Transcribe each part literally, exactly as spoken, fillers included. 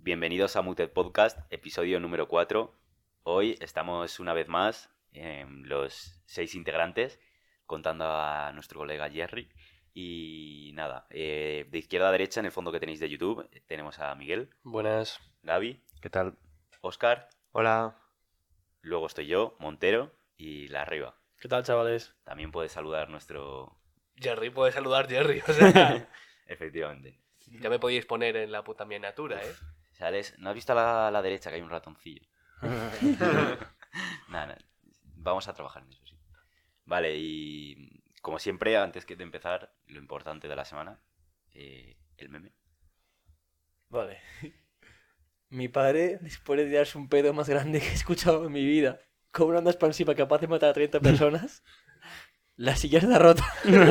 Bienvenidos a Muted Podcast, episodio número cuatro. Hoy estamos una vez más eh, los seis integrantes, contando a nuestro colega Jerry. Y nada, eh, de izquierda a derecha, en el fondo que tenéis de YouTube, tenemos a Miguel. Buenas. Gaby. ¿Qué tal? Oscar. Hola. Luego estoy yo, Montero, y la arriba. ¿Qué tal, chavales? También puede saludar nuestro... Jerry, puede saludar Jerry, o sea... Efectivamente. Ya me podíais poner en la puta miniatura, ¿eh? ¿Sales? ¿No has visto a la, a la derecha que hay un ratoncillo? Nada, nada. Vamos a trabajar en eso, sí. Vale, y como siempre, antes que de empezar, lo importante de la semana, eh, el meme. Vale. Mi padre, después de tirarse un pedo más grande que he escuchado en mi vida, con una onda expansiva capaz de matar a treinta personas, la silla está rota.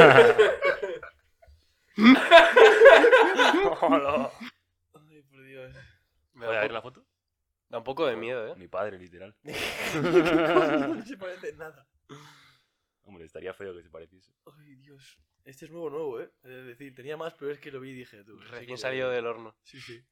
Hola. Ay, por Dios. ¿Me ¿Voy a da, ver un la po- foto? da un poco de miedo, ¿eh? Mi padre, literal. No se parece en nada. Hombre, estaría feo que se pareciese. Ay, Dios. Este es nuevo, nuevo, ¿eh? Es decir, tenía más, pero es que lo vi y dije, tú. sí Recién que- salido del horno. Sí, sí.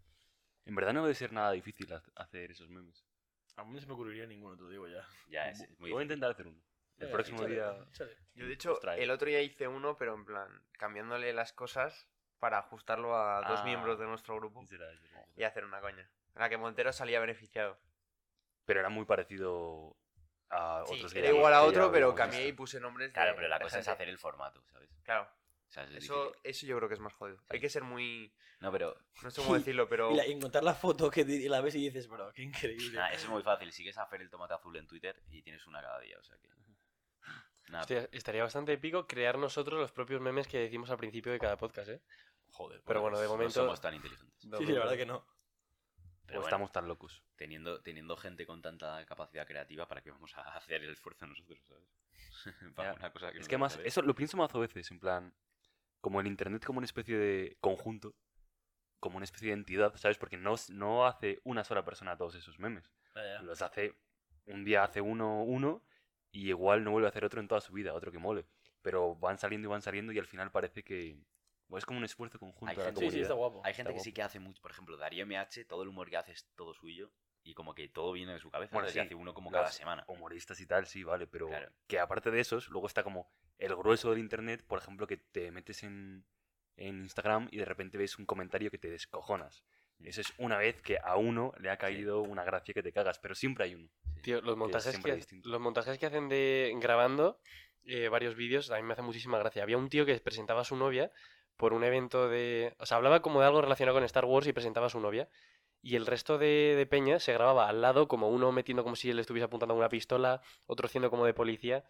En verdad no debe ser nada difícil ha- hacer esos memes. A mí no se me ocurriría ninguno, te lo digo ya. Ya, es, es muy Voy a difícil. intentar hacer uno. El Eh, próximo échale, día... échale. Yo, de hecho, Os traigo. el otro día hice uno, pero en plan, cambiándole las cosas para ajustarlo a dos Ah. miembros de nuestro grupo Será, será, será. y hacer una coña. En la que Montero salía beneficiado. Pero era muy parecido a Sí, otros que era ya- igual a que ya otro, pero habíamos cambié y visto. puse nombres de... Claro, pero la de cosa es gente. hacer el formato, ¿sabes? Claro, O sea, es eso, difícil. eso yo creo que es más jodido. Hay que ser muy... No, pero No sé cómo decirlo, pero... Y, la- y encontrar la foto que di- la ves y dices, bro, qué increíble. nada, eso es muy fácil. Sigues a Fer el tomate azul en Twitter y tienes una cada día, o sea que... Nada, Hostia, estaría bastante épico crear nosotros los propios memes que decimos al principio de cada podcast, ¿eh? joder. Pero bueno, de no momento- somos tan inteligentes. Sí, sí, la verdad que no. Pero O bueno, estamos tan locos. teniendo, teniendo gente con tanta capacidad creativa, ¿para qué vamos a hacer el esfuerzo nosotros, sabes? Para Ya. una cosa que Es no que nos más, sale. eso lo pienso más a veces, en plan, como el internet como una especie de conjunto, como una especie de entidad, ¿sabes? Porque no, no hace una sola persona todos esos memes. Ya, ya. Los hace, un día hace uno, uno, y igual no vuelve a hacer otro en toda su vida, otro que mole. Pero van saliendo y van saliendo y al final parece que pues, es como un esfuerzo conjunto Hay de la gente- Sí, sí, comunidad. está guapo. Hay gente Está que sí guapo. que hace mucho, por ejemplo, Darío M H, todo el humor que hace es todo suyo y como que todo viene de su cabeza. Bueno, Bueno, sí, hace uno como los cada semana. Humoristas y tal, sí, vale, pero Claro. que aparte de esos, luego está como el grueso del internet, por ejemplo, que te metes en, en Instagram y de repente ves un comentario que te descojonas. Eso es una vez que a uno le ha caído una gracia que te cagas, pero siempre hay uno. Sí. Tío, los montajes, siempre que, distinto. los montajes que hacen de grabando eh, varios vídeos a mí me hace muchísima gracia. Había un tío que presentaba a su novia por un evento de... O sea, hablaba como de algo relacionado con Star Wars y presentaba a su novia. Y el resto de, de peña se grababa al lado, como uno metiendo como si él estuviese apuntando a una pistola, otro haciendo como de policía.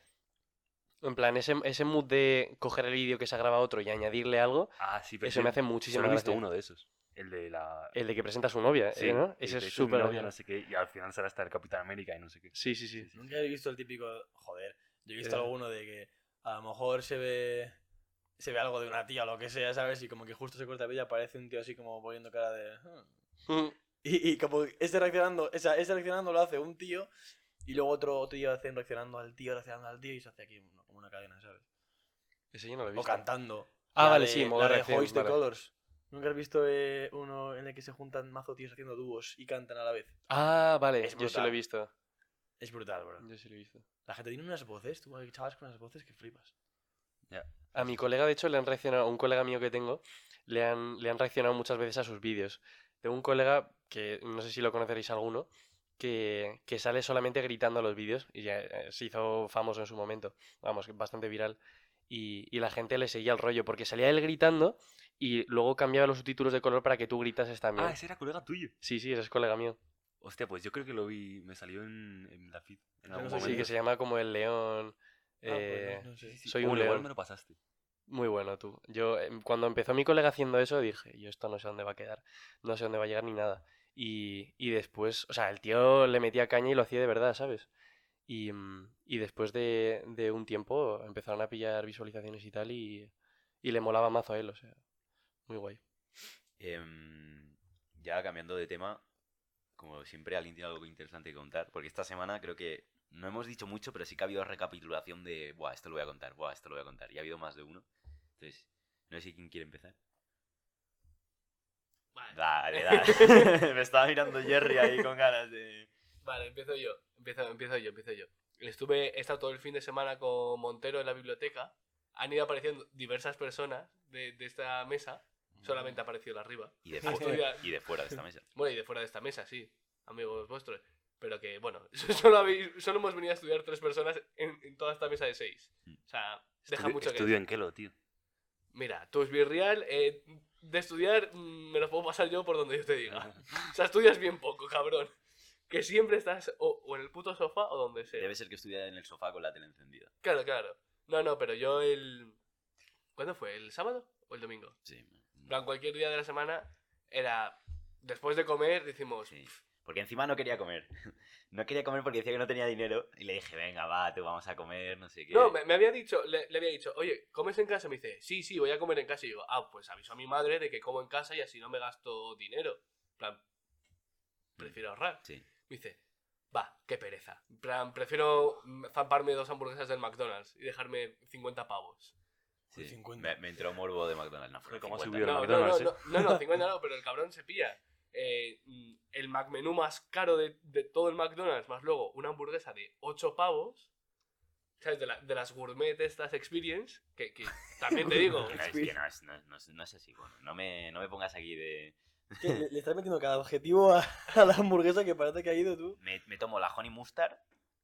En plan, ese, ese mood de coger el vídeo que se ha grabado otro y añadirle algo, Ah, sí, pero eso sí, me hace solo muchísima he visto gracia. uno de esos. El de la... El de que presenta a su novia, Sí, ¿eh, ¿no? y Ese dice, es "Esta mi súper novia", no gracioso. sé qué, y al final sale hasta el Capitán América y no sé qué. Sí, sí, sí. Nunca he visto el típico. Joder, yo he visto Eh. alguno de que a lo mejor se ve. Se ve algo de una tía o lo que sea, ¿sabes? Y como que justo se corta el vídeo y aparece un tío así como poniendo cara de. "Hmm". Mm. Y, y como ese reaccionando, esa, ese reaccionando lo hace un tío y luego otro tío hace reaccionando al tío, reaccionando al tío y se hace aquí una- como una cadena, ¿sabes? Ese yo no lo he O visto. cantando. Ah, La vale, de- sí, modo la de reacción, Hoist the vale. Colors. ¿Nunca has visto eh, uno en el que se juntan mazo tíos haciendo dúos y cantan a la vez? Ah, vale, Es yo sí lo brutal. he visto. Es brutal, bro. Yo sí lo he visto. La gente tiene unas voces, tú, hay chavales con unas voces que flipas. A mi colega, de hecho, le han reaccionado, a un colega mío que tengo, le han, le han reaccionado muchas veces a sus vídeos. Tengo un colega que no sé si lo conoceréis alguno, que, que sale solamente gritando a los vídeos y ya eh, se hizo famoso en su momento. Vamos, bastante viral. Y, y la gente le seguía el rollo porque salía él gritando y luego cambiaba los subtítulos de color para que tú gritases también. Ah, ese era colega tuyo. Sí, sí, ese es colega mío. Hostia, pues yo creo que lo vi, me salió en, en la feed. En Yo algún no sé si Sí, momento. que se llama como el león. Ah, pues eh, no, no sé. Sí, soy o un igual león. me lo pasaste. Muy bueno, tú. Yo, em, cuando empezó mi colega haciendo eso, dije, yo esto no sé dónde va a quedar, no sé dónde va a llegar ni nada. Y, y después, o sea, el tío le metía caña y lo hacía de verdad, ¿sabes? Y, mm, y después de, de un tiempo empezaron a pillar visualizaciones y tal y, y le molaba mazo a él, o sea, muy guay. Em, ya cambiando de tema, como siempre, alguien tiene algo interesante que contar, porque esta semana creo que no hemos dicho mucho, pero sí que ha habido recapitulación de, buah, esto lo voy a contar, buah, esto lo voy a contar, y ha habido más de uno. Entonces, no sé si quién quiere empezar. Vale. Dale, dale. Me estaba mirando Jerry ahí con ganas de... Vale, empiezo yo. Empiezo, empiezo yo, empiezo yo. Estuve, he estado todo el fin de semana con Montero en la biblioteca. Han ido apareciendo diversas personas de, de esta mesa. Solamente ha aparecido la arriba. Y de, A fu- estudiar. y de fuera de esta mesa. Bueno, y de fuera de esta mesa, sí. Amigos vuestros. Pero que, bueno, solo, habéis, solo hemos venido a estudiar tres personas en, en toda esta mesa de seis. O sea, deja Estudio, mucho que estudio decir. en Kelo, tío. Mira, tú es Virreal, eh, de estudiar mm, me lo puedo pasar yo por donde yo te diga. O sea, estudias bien poco, cabrón. Que siempre estás o, o en el puto sofá o donde sea. Debe ser que estudia en el sofá con la tele encendida. Claro, claro. No, no, pero yo el... ¿Cuándo fue? ¿El sábado o el domingo? Sí. En plan, cualquier día de la semana era... Después de comer decimos... Sí. Porque encima no quería comer. No quería comer porque decía que no tenía dinero. Y le dije, venga, va, tú vamos a comer, no sé qué. No, me, me había dicho, le, le había dicho, oye, ¿comes en casa? Me dice, sí, sí, voy a comer en casa. Y digo, ah, pues aviso a mi madre de que como en casa y así no me gasto dinero. En plan, prefiero ahorrar. Sí. Me dice, va, qué pereza. En plan, prefiero mm, zamparme dos hamburguesas del McDonald's y dejarme cincuenta pavos. Sí. cincuenta. Me, me entró morbo de McDonald's. No, Joder, fueron ¿cómo ha cincuenta. subido No, el no, no, McDonald's, no, no, no, cincuenta no, pero el cabrón se pilla. Eh, mm, el McMenú más caro de, de todo el McDonald's, más luego una hamburguesa de ocho pavos. ¿Sabes? De, la- de las gourmet estas experience, que, que también te digo, Que no es, que no es, no es- no es- no es así, bueno. No me, no me pongas aquí de... que le, le estás metiendo cada objetivo a, a la hamburguesa que parece que ha ido tú. Me, me tomo la honey mustard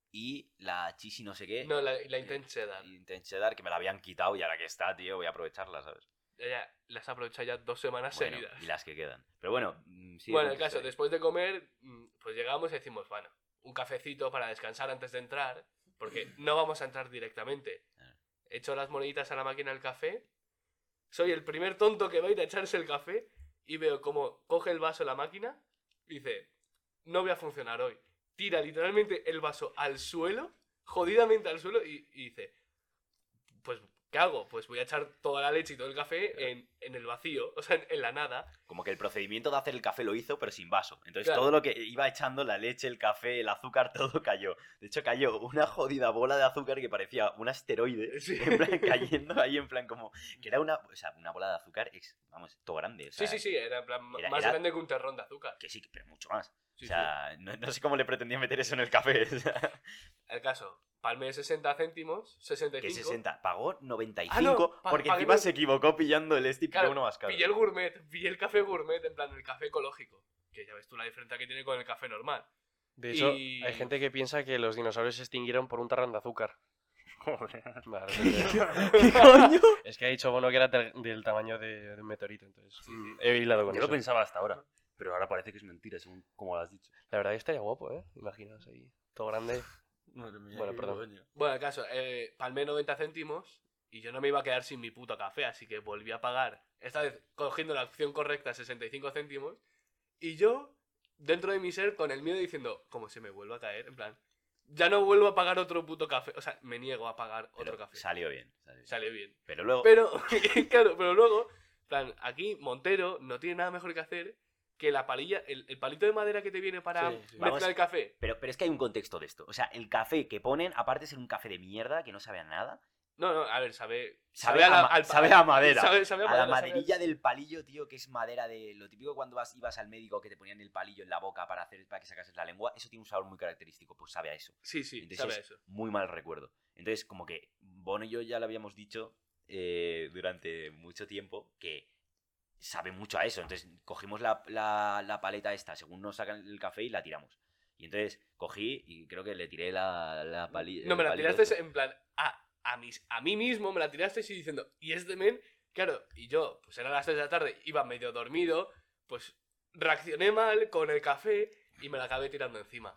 y la cheesy no sé qué. No, la, la intense cheddar. Intense cheddar, que me la habían quitado y ahora que está, tío, voy a aprovecharla, ¿sabes? Ya, ya, las he aprovechado ya dos semanas Bueno, seguidas. y las que quedan. Pero bueno, mm, sigue Bueno, con el tu caso, historia. después de comer, mm, pues llegamos y decimos, bueno, un cafecito para descansar antes de entrar, porque no vamos a entrar directamente. Echo las moneditas a la máquina del café, soy el primer tonto que va a ir a echarse el café y veo como coge el vaso la máquina y dice, no voy a funcionar hoy. Tira literalmente el vaso al suelo, jodidamente al suelo, y, y dice, pues, ¿qué hago? Pues voy a echar toda la leche y todo el café en, en el vacío, o sea, en, en la nada. Como que el procedimiento de hacer el café lo hizo, pero sin vaso. Entonces Claro. todo lo que iba echando, la leche, el café, el azúcar, todo cayó. De hecho, cayó una jodida bola de azúcar que parecía un asteroide. Sí. En plan, cayendo ahí, en plan, como... Que era una... O sea, una bola de azúcar, ex- vamos, todo grande. O sea, Sí, sí, sí, era en plan era- más era- grande que un terrón de azúcar. Que sí, pero mucho más. Sí, o sea, no, no sé cómo le pretendía meter eso en el café. O sea, El caso, palmé sesenta céntimos, sesenta y que cinco. sesenta. Pagó noventa y cinco Ah, no, pa- porque pagué encima no- se equivocó pillando el este y pilló Claro, uno más caro. pillé el gourmet, pillé el café gourmet, en plan el café ecológico. Que ya ves tú la diferencia que tiene con el café normal. De hecho, Y- hay gente que piensa que los dinosaurios se extinguieron por un tarrón de azúcar. Joder. Vale, es que- ¿Qué coño? es que ha dicho Bono que era del, del tamaño de, de un meteorito, entonces mm, he hilado con Yo eso. lo pensaba hasta ahora. Pero ahora parece que es mentira, según como lo has dicho. La verdad que estaría guapo, ¿eh? Imaginaos ahí, todo grande. Bueno, perdón. Bueno, el caso, eh, palmé noventa céntimos y yo no me iba a quedar sin mi puto café, así que volví a pagar. Esta vez cogiendo la opción correcta, sesenta y cinco céntimos. Y yo, dentro de mi ser, con el miedo diciendo, ¿cómo se me vuelve a caer? En plan, ya no vuelvo a pagar otro puto café. O sea, me niego a pagar Pero otro café. Salió bien. Salió bien. Salió bien. Pero luego... Pero, claro, pero luego, en plan, aquí Montero no tiene nada mejor que hacer que la palilla, el, el palito de madera que te viene para Sí, sí. mezclar Vamos- el café. Pero, pero es que hay un contexto de esto. O sea, el café que ponen, aparte de ser un café de mierda, que no sabe a nada, No, no, a ver, sabe. sabe, a, la- ma- al- sabe a madera. Sabe, sabe a, a madera, la sabe- maderilla del palillo, tío, que es madera de... Lo típico cuando vas, ibas al médico que te ponían el palillo en la boca para, hacer, para que sacases la lengua, eso tiene un sabor muy característico, pues sabe a eso. Sí, sí, Entonces sabe a es eso. muy mal recuerdo. Entonces, como que Bono y yo ya lo habíamos dicho eh, durante mucho tiempo que sabe mucho a eso. Entonces, cogimos la, la, la paleta esta, según nos sacan el café, y la tiramos. Y entonces cogí y creo que le tiré la, la palilla. No, me la tiraste en plan. A, a, mis, a mí mismo me la tiraste y diciendo. Y este men, claro, y yo, pues eran las tres de la tarde, iba medio dormido, pues reaccioné mal con el café y me la acabé tirando encima.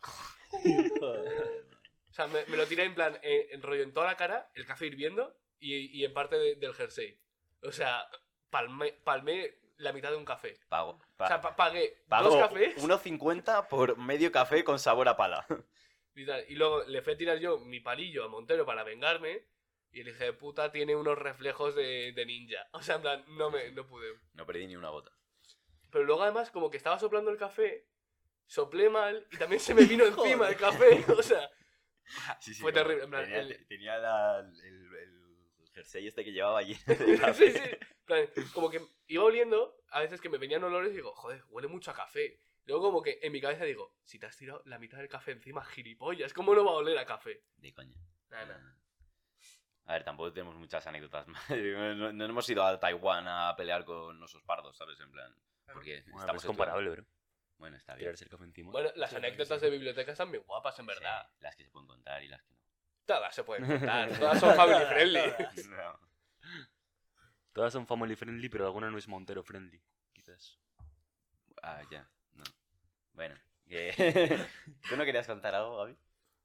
O sea, me, me lo tiré en plan, eh, en rollo en toda la cara, el café hirviendo y, y en parte de- del jersey. O sea, palmé, palmé la mitad de un café. Pago. O sea, pa- pagué Pago dos cafés uno cincuenta por medio café con sabor a pala. y, tal, y luego le fui a tirar yo mi palillo a Montero para vengarme y el hijo de puta tiene unos reflejos de, de ninja. O sea, en plan, no, me, no pude. No perdí ni una gota. Pero luego además como que estaba soplando el café, soplé mal y también se me vino encima el café. O sea, Sí, sí, Fue como terrible, en plan, Tenía, el- tenía la- el, el jersey este que llevaba allí. Sí, sí. En plan, como que iba oliendo, a veces que me venían olores y digo, joder, huele mucho a café. Luego como que en mi cabeza digo, si te has tirado la mitad del café encima, gilipollas, ¿cómo no va a oler a café? De coña. Nada, nada. A ver, tampoco tenemos muchas anécdotas más. No, no hemos ido a Taiwán a pelear con osos pardos, ¿sabes? En plan, porque Bueno, estamos es comparable, bro. Bueno, está bien. Tirarse el café encima. Bueno, las Sí, anécdotas sí. de biblioteca están bien guapas, en verdad. Sí, las que se pueden contar y las que no. Todas se pueden contar, todas son family friendly. No. Todas son family friendly, pero alguna no es Montero friendly. Quizás. Ah, ya. No. Bueno. que- ¿Tú no querías contar algo, Gaby?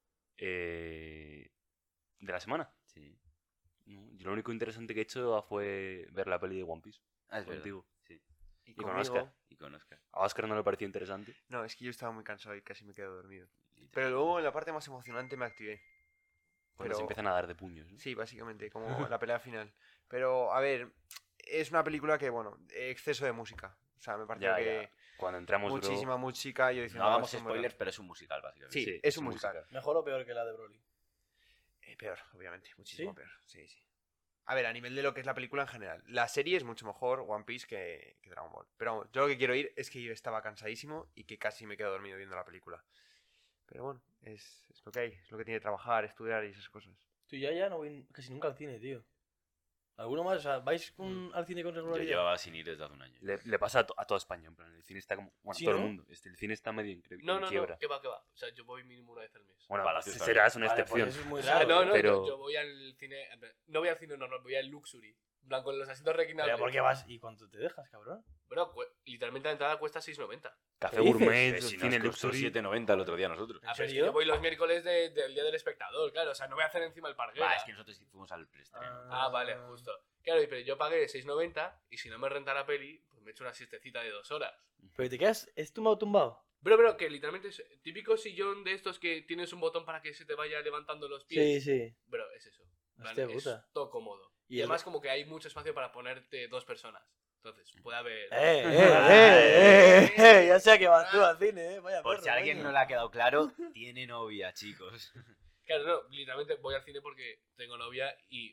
Eh... ¿De la semana? Sí. No, yo lo único interesante que he hecho fue ver la peli de One Piece. Ah, es verdad. Contigo. Sí. Y, Y con conmigo- Oscar. Y con Oscar. A Oscar no le pareció interesante. No, es que yo estaba muy cansado y casi me quedo dormido. Literal. Pero luego en la parte más emocionante me activé. Cuando Pero- se empiezan a dar de puños, ¿no? Sí, básicamente, como la pelea final. Pero, a ver, es una película que, bueno, exceso de música. O sea, me parece Ya, que ya. Cuando entramos, bro, muchísima música. Yo diciendo, No hagamos "Ah, esto, spoilers, bueno". pero es un musical, básicamente. Sí, Sí, es es un musical. musical. ¿Mejor o peor que la de Broly? Eh, peor, obviamente, muchísimo ¿Sí? peor. Sí, sí. A ver, a nivel de lo que es la película en general. La serie es mucho mejor One Piece que, que Dragon Ball. Pero vamos, yo lo que quiero ir es que yo estaba cansadísimo y que casi me quedo dormido viendo la película. Pero bueno, es, es lo que hay, es lo que tiene que trabajar, estudiar y esas cosas. Tú ya ya no voy casi nunca al cine, tío. ¿Alguno más? O sea, ¿vais con- al cine con Yo regularidad? llevaba sin ir desde hace un año. Le, le pasa a, to- a toda España, en plan, el cine está como... Bueno, Sí, todo ¿no? el mundo. Este, el cine está medio en, cre- No, en no, quiebra. no, que va, que va. O sea, yo voy mínimo una vez al mes. Bueno, Para pues las serás una Vale, excepción. pues eso es muy O sea, raro. no, ¿eh? no, pero- yo, yo voy al cine. en plan, No voy al cine normal, voy al Luxury. En plan, con los asientos reclinables. ¿Pero por qué vas? ¿Y cuánto te dejas, cabrón? Bro, cu- literalmente la entrada cuesta seis noventa. Café ¿Qué dices? gourmet, Eh, si nos cine costó luxury... siete noventa el otro día nosotros. ¿En Ah, pero es que serio? yo voy los miércoles de- del Día del Espectador, claro. O sea, no voy a hacer encima el parguera. Va, es que nosotros fuimos al preestreno. Ah, vale, justo. Claro, pero yo pagué seis noventa y si no me renta la peli, pues me echo una siestecita de dos horas. ¿Pero te quedas? ¿Es tumbado tumbado? Bro, bro, que literalmente es típico sillón de estos que tienes un botón para que se te vaya levantando los pies. Sí, sí. Bro, es eso. En plan, Hostia es puta. todo cómodo. Y Y, el- además como que hay mucho espacio para ponerte dos personas. Entonces, puede haber... ¡Eh, eh, eh, eh, eh! Ya sé que vas tú al cine, eh. Vaya Por perro, si a alguien coño. no le ha quedado claro, tiene novia, chicos. Claro, no, literalmente voy al cine porque tengo novia y...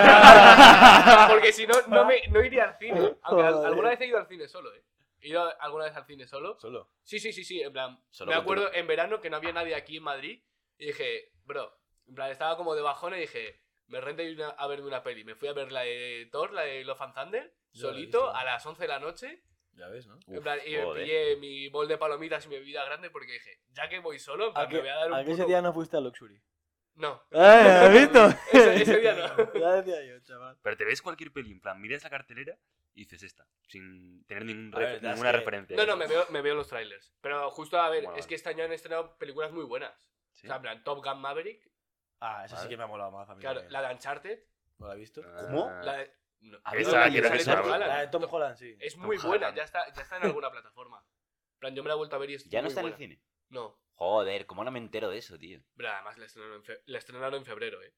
porque si no, no, me, no iría al cine. Aunque al- Joder. alguna vez he ido al cine solo, ¿eh? He ido alguna vez al cine solo. Solo. Sí, sí, sí, sí, en plan, Solo me con tu- acuerdo en verano que no había nadie aquí en Madrid y dije, bro, en plan, estaba como de bajón y dije, me renta ir una- a verme una peli. Me fui a ver la de Thor, la de Love and Thunder, Yo la he solito, visto. a las once de la noche, Ya ves, ¿no? en plan, y me joder. pillé mi bol de palomitas y mi bebida grande porque dije, ya que voy solo, en plan, ¿A me qué, voy a dar un a qué ese puto- día no fuiste al Luxury? No. ¡Eh, has visto! Ese- ese día no. Ya decía yo, chaval. Pero te ves cualquier peli, en plan, miras la cartelera y dices esta, sin tener ningún A ver, refer- es ninguna que- referencia. No, no, me veo, me veo los trailers. Pero justo, a ver, Bueno, es vale. que este año han estrenado películas muy buenas. ¿Sí? O sea, en plan, Top Gun Maverick, Ah, esa sí Vale. que me ha molado más a mí. claro, también. la de Uncharted, ¿No la has visto? ¿Cómo? Ah, la de... no. A Esa la creo que sale es Tom una- Holland. La de Tom Holland, sí. Es Tom muy buena, Holland. ya está, ya está en alguna plataforma. En plan, yo me la he vuelto a ver y es ¿Ya no muy está en el buena. cine? No, Joder, ¿cómo no me entero de eso, tío? pero además la estrenaron, en fe- la estrenaron en febrero, eh.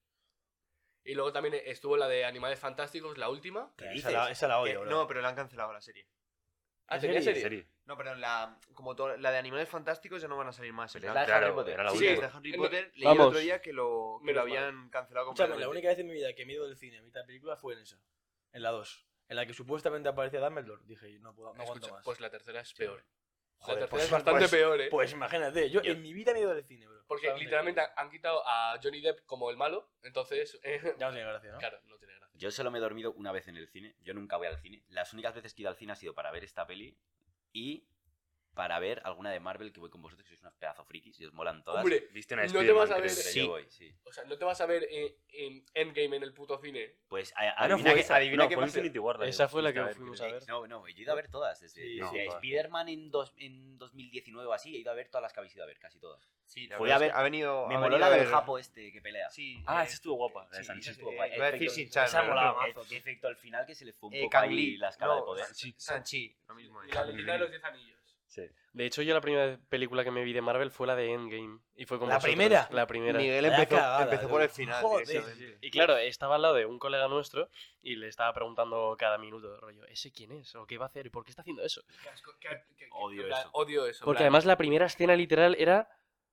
Y luego también estuvo la de Animales Fantásticos, la última. ¿Qué Esa dices? la, esa la Que- odio, bro. no, pero la han cancelado la serie. Ah, ¿En ¿tenía serie? serie? serie. No, perdón, la, como to- la de Animales Fantásticos ya no van a salir más. Pero en es plan- la de Claro, Harry Potter. era la Sí, última. es de Harry No, Potter. Leí el vamos. otro día que lo, que lo Menos mal. habían cancelado Escúchame, completamente. la única vez en mi vida que me he ido del cine a mitad de película fue en esa. En la dos. En la que supuestamente aparecía Dumbledore. Dije, no puedo, no aguanto Escucha, más. pues la tercera es Sí. peor. Joder, la tercera pues- es bastante pues- peor, eh. Pues imagínate, yo, Yo- en mi vida me he ido del cine, bro. Porque Solamente literalmente han quitado a Johnny Depp como el malo, entonces... eh, Ya no tiene gracia, ¿no? claro, no tiene gracia. Yo solo me he dormido una vez en el cine. Yo nunca voy al cine. Las únicas veces que he ido al cine ha sido para ver esta peli y para ver alguna de Marvel, que voy con vosotros, que sois unos pedazos frikis y os molan todas. Hombre, Viste una no te Spider-Man, vas a creo ver- que Pero era. sí. yo voy, sí. O sea, no te vas a ver en, en Endgame en el puto cine. Pues a- Ah, no, adivina fue que, esa. adivina No, qué fue va a ser. Infinity War. la Esa fue la fuiste que ver, fuimos creo. a ver. No, no, yo he ido a ver todas. Desde, Sí, desde sí, todas. Spider-Man en, dos, en dos mil diecinueve o así, he ido a ver todas las que habéis ido a ver, casi todas. Sí, la Fui verdad a es que ver- ha venido. Me ha moló venido la a del ver- japo este que pelea. Sí. Ah, eh, esa estuvo guapa. La de sí, Sanchi esa estuvo eh, guay. iba a decir Efecto- Shin-chan, esa ¿no? molaba Efecto- mazo. qué efecto al final que se le fue un Eh, poco Kang ahí Lee, la escala no, de poder. Sanchi, Sanchi, lo mismo. Y eh. la leyenda de los diez anillos. Sí. De hecho, yo la primera película que me vi de Marvel fue la de Endgame. Y fue con ¿La vosotros. primera? La primera. Miguel Vaya empezó, cagada, empezó tú. por el final. Joder. directamente. Y claro, estaba al lado de un colega nuestro y le estaba preguntando cada minuto, rollo, ¿ese quién es? ¿O qué va a hacer? ¿Y por qué está haciendo eso? Qué asco, qué- qué- qué- Odio en plan, eso. Odio eso. en Porque plan, además la primera escena literal era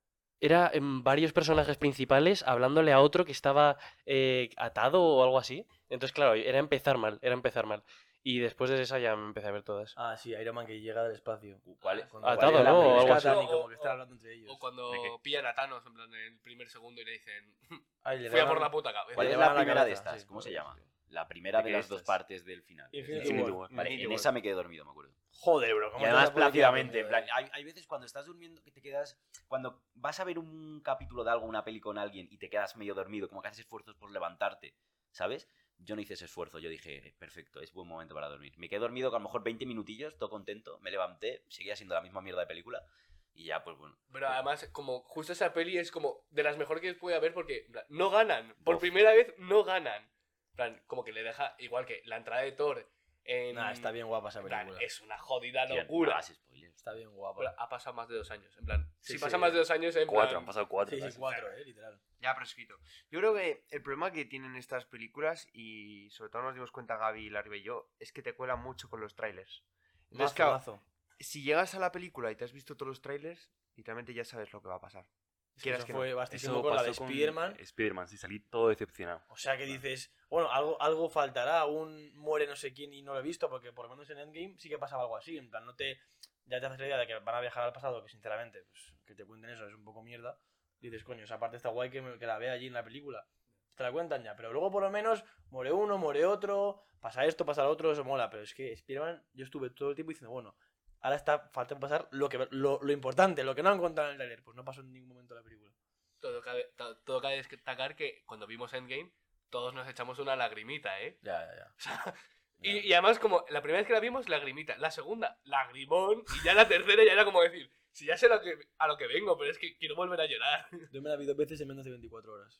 era em, varios personajes principales hablándole a otro que estaba eh, atado o algo así. Entonces, claro, era empezar mal, era empezar mal. Y después de esa ya me empecé a ver todas. Ah, sí, Iron Man que llega del espacio. ¿Cuál es? Cuando- Atado, cuando ¿no? le O algo rescatan así. y como O- que están o- hablando entre ellos. O cuando ¿De qué? pillan a Thanos, en plan, en el primer segundo y le dicen, Ay, le fui a dan- por la puta cabeza. ¿Cuál Le es van la a la primera de cabeza, estas? sí. ¿Cómo se llama? La primera ¿De de qué las dos estas? partes del final. Infinity Infinity War. War. Vale, en Infinity esa War. me quedé dormido, me acuerdo. Joder, bro. Y ¿cómo además te vas a plácidamente, en dormido, plan, eh? hay, hay veces cuando estás durmiendo que te quedas, cuando vas a ver un capítulo de algo, una peli con alguien y te quedas medio dormido, como que haces esfuerzos por levantarte, ¿sabes? Yo no hice ese esfuerzo, yo dije, perfecto, es buen momento para dormir. Me quedé dormido con a lo mejor veinte minutillos, todo contento, me levanté, seguía siendo la misma mierda de película y ya, pues bueno. Pero además, como justo esa peli es como de las mejores que puede haber porque en plan, no ganan. Por Bof. primera vez no ganan. En plan, como que le deja, igual que la entrada de Thor en... Nah, está bien guapa esa en plan, película. es una jodida Tío, no locura. hagas spoilers. Está bien guapa. Pero ha pasado más de dos años. En plan, Sí, si sí. pasa más de dos años, en Cuatro, plan... han pasado cuatro. Sí, sí, casi. cuatro, eh, literal. Ya prescrito. Yo creo que el problema que tienen estas películas, y sobre todo nos dimos cuenta Gaby, Larry y yo, es que te cuelan mucho con los trailers. Entonces, Mazo, claro, mazo. si llegas a la película y te has visto todos los trailers, literalmente ya sabes lo que va a pasar. Es que Quieras eso que fue no. bastísimo Eso con la pasó de con Spider-Man. Spider-Man, sí, salí todo decepcionado. O sea que dices, bueno, algo, algo faltará, un muere no sé quién y no lo he visto, porque por lo menos en Endgame sí que pasaba algo así. En plan, no te. Ya te haces la idea de que van a viajar al pasado, que sinceramente, pues que te cuenten eso es un poco mierda. Dices, coño, esa parte está guay que, me- que la vea allí en la película. Te la cuentan ya, pero luego por lo menos muere uno, muere otro, pasa esto, pasa lo otro, eso mola. Pero es que Spider-Man, yo estuve todo el tiempo diciendo, bueno, ahora está, falta pasar lo, que, lo, lo importante, lo que no han contado en el trailer. Pues no pasó en ningún momento de la película. Todo cabe, to- todo cabe destacar que cuando vimos Endgame, todos nos echamos una lagrimita, ¿eh? Ya, ya, ya. Y, y además, como la primera vez que la vimos, lagrimita. La segunda, lagrimón. Y ya la tercera ya era como decir, si ya sé lo que, a lo que vengo, pero es que quiero volver a llorar. Yo me la vi dos veces en menos de veinticuatro horas.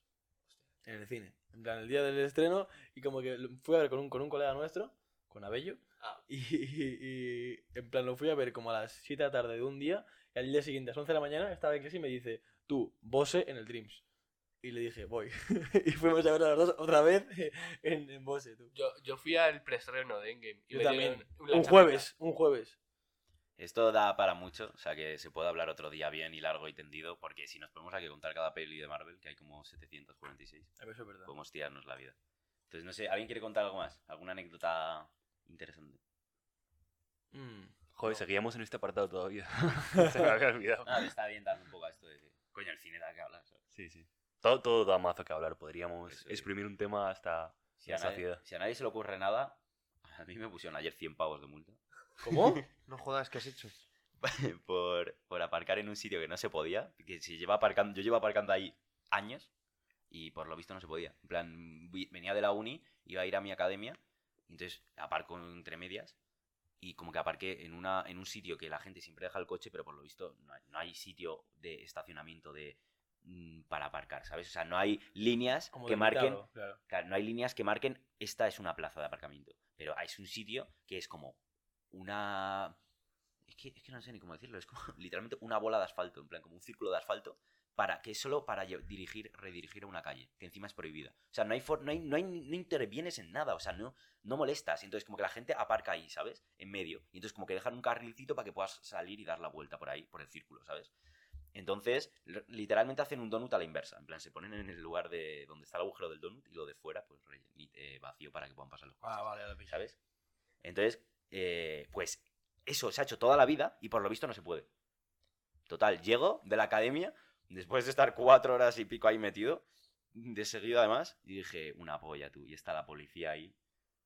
En el cine. En plan, el día del estreno. Y como que lo- fui a ver con un, con un colega nuestro, con Abello. Ah. Y, y- y, en plan, lo fui a ver como a las siete de la tarde de un día. Y al día siguiente, a las once de la mañana, estaba en clase y me dice, tú, Bose en el Dreams. Y le dije, voy. y fuimos a ver a los dos otra vez en, en Bose, tú. Yo, yo fui al preestreno de Endgame. Y Yo me también. dieron la Un chapita. jueves, un jueves. Esto da para mucho, o sea que se puede hablar otro día bien y largo y tendido, porque si nos ponemos aquí a contar cada peli de Marvel, que hay como setecientos cuarenta y seis, A ver, eso es verdad. podemos tirarnos la vida. Entonces, no sé, ¿alguien quiere contar algo más? ¿Alguna anécdota interesante? Mm. Joder, seguíamos en este apartado todavía. Se me había olvidado. Ah, está bien dando un poco a esto de que, coño, el cine da que hablar, ¿sabes? Sí, sí. Todo, todo da mazo que hablar. Podríamos Eso, exprimir un tema hasta Si la a, nadie, saciedad. si a nadie se le ocurre nada, a mí me pusieron ayer cien pavos de multa ¿Cómo? No jodas, ¿qué has hecho? por, por aparcar en un sitio que no se podía, que se lleva aparcando, yo llevo aparcando ahí años y por lo visto no se podía. En plan, vi- venía de la uni, iba a ir a mi academia, y entonces aparco entre medias y como que aparqué en, una, en un sitio que la gente siempre deja el coche, pero por lo visto no hay, no hay sitio de estacionamiento de mm, para aparcar, ¿sabes? O sea, no hay líneas Como que marquen delimitado, claro. Claro, no hay líneas que marquen esta es una plaza de aparcamiento, pero es un sitio que es como una... Es que, es que no sé ni cómo decirlo, es como literalmente una bola de asfalto, en plan como un círculo de asfalto, para que es solo para lle- dirigir, redirigir a una calle, que encima es prohibida. O sea, no hay, for- no hay, no hay, no intervienes en nada, o sea, no, no molestas. Y entonces como que la gente aparca ahí, ¿sabes? En medio. Y entonces como que dejan un carrilcito para que puedas salir y dar la vuelta por ahí, por el círculo, ¿sabes? Entonces, l- literalmente hacen un donut a la inversa. En plan, se ponen en el lugar de donde está el agujero del donut y lo de fuera, pues re- y, eh, vacío para que puedan pasar los coches, Ah, vale, lo pillo. ¿sabes? Entonces, eh, pues eso se ha hecho toda la vida y por lo visto no se puede. Total, llego de la academia, después de estar cuatro horas y pico ahí metido, de seguido además, y dije, una polla tú, y está la policía ahí.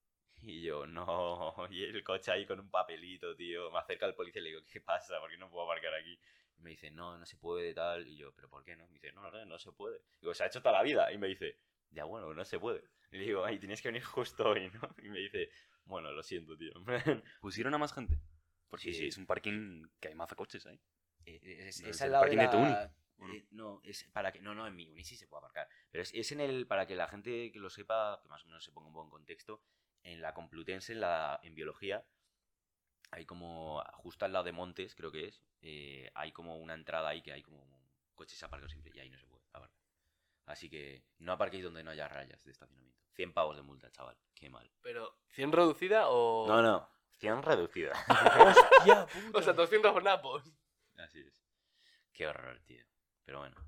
Y yo, no, y el coche ahí con un papelito, tío. Me acerca el policía y le digo, ¿qué pasa? ¿Por qué no puedo aparcar aquí? Y me dice, no, no se puede, tal. Y yo, ¿pero por qué no? Me dice, no, no, no se puede. Digo, se ha hecho toda la vida. Y me dice, ya bueno, no se puede. Y le digo, ay, tienes que venir justo hoy, ¿no? Y me dice, bueno, lo siento, tío. ¿Pusieron a más gente? Porque Sí, sí. es un parking que hay más coches ahí. Eh, Es, No, es es al el lado parking de de tu uni, la... ¿o no? eh, no, es para que... No, no, en mi uni sí se puede aparcar. Pero es, es en el... Para que la gente que lo sepa, que más o menos se ponga un buen contexto, en la Complutense, en, la, en biología, hay como... Justo al lado de Montes, creo que es, eh, hay como una entrada ahí que hay como coches aparcados siempre y ahí no se puede aparcar. Así que no aparquéis donde no haya rayas de estacionamiento. cien pavos de multa, chaval. Qué mal. Pero, ¿cien reducida o...? No, no. cien reducida. ¡Hostia, puta! O sea, doscientos por napos. Así es. Qué horror, tío. Pero bueno.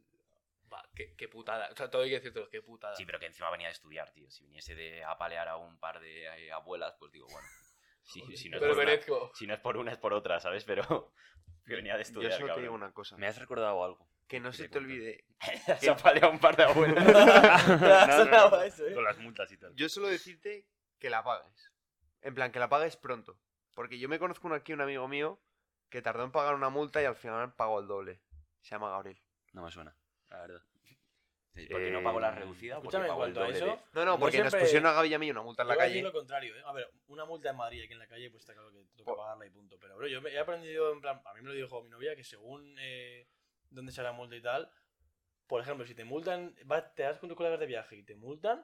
Va, qué, qué putada. O sea, todo hay que decirte, qué putada. Sí, pero que encima venía de estudiar, tío. Si viniese de apalear a un par de eh, abuelas, pues digo, bueno. Sí, si, no es Te lo por una, merezco. si no es por una, es por otra, ¿sabes? Pero que venía de Yo estudiar, solo te cabrón. digo una cosa. Me has recordado algo. Que no que se te te cuento. olvide. Se apaleado a un par de abuelas. No, no, no, Eso, ¿eh? con las multas y tal. Yo solo decirte que la pagues. En plan, que la pagues pronto. Porque yo me conozco aquí un amigo mío que tardó en pagar una multa y al final pagó el doble. Se llama Gabriel. No me suena, la verdad. Porque no pagó la Eh, reducida o porque Escúchame, en pagó el cuanto a doble eso, de... No, no, No porque nos siempre- pusieron a Gaby y a mí una multa en la Iba a decir calle. lo contrario, ¿eh? A ver, una multa en Madrid aquí en la calle, pues está claro que toca Por- pagarla y punto. Pero, bro, yo me- he aprendido, en plan, a mí me lo dijo mi novia, que según eh, dónde sea la multa y tal, por ejemplo, si te multan, vas- te vas con tus colegas de viaje y te multan,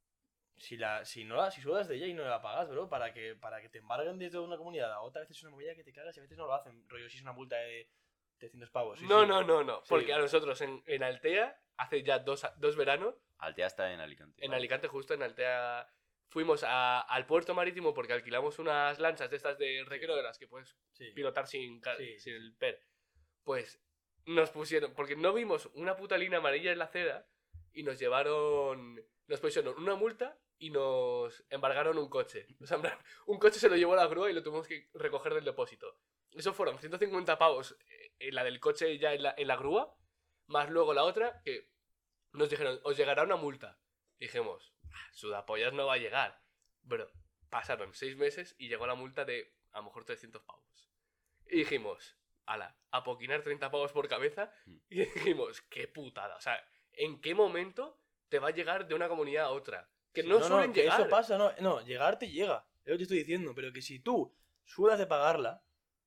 si la si no la si sudas de ella y no la pagas, bro, para que para que te embarguen desde una comunidad a otra, a veces es una movida que te cagas y a veces no lo hacen. Rollo, si es una multa de trescientos pavos. sí, No, sí. no, no, no. Sí. Porque a nosotros en, en Altea, hace ya dos, dos veranos, Altea está en Alicante. en Alicante, justo en Altea, fuimos a- al puerto marítimo porque alquilamos unas lanchas de estas de recreo de las que puedes Sí. pilotar sin, ca- Sí, sin sí, el per. Pues nos pusieron, porque no vimos una puta línea amarilla en la acera y nos llevaron, nos pusieron una multa y nos embargaron un coche. O sea, en plan, un coche se lo llevó a la grúa y lo tuvimos que recoger del depósito. Eso fueron ciento cincuenta pavos eh, en la del coche ya en la, en la grúa, más luego la otra que nos dijeron, os llegará una multa. Dijimos, "Ah, sudapollas no va a llegar. Bro, pasaron seis meses y llegó la multa de a lo mejor trescientos pavos. Y dijimos, ala, a poquinar treinta pavos por cabeza. Y dijimos, qué putada. O sea, ¿en qué momento te va a llegar de una comunidad a otra? Que Sí, no, suelen que llegar. eso pasa, no, no, llegar te llega. Es lo que te estoy diciendo, pero que si tú sudas de pagarla,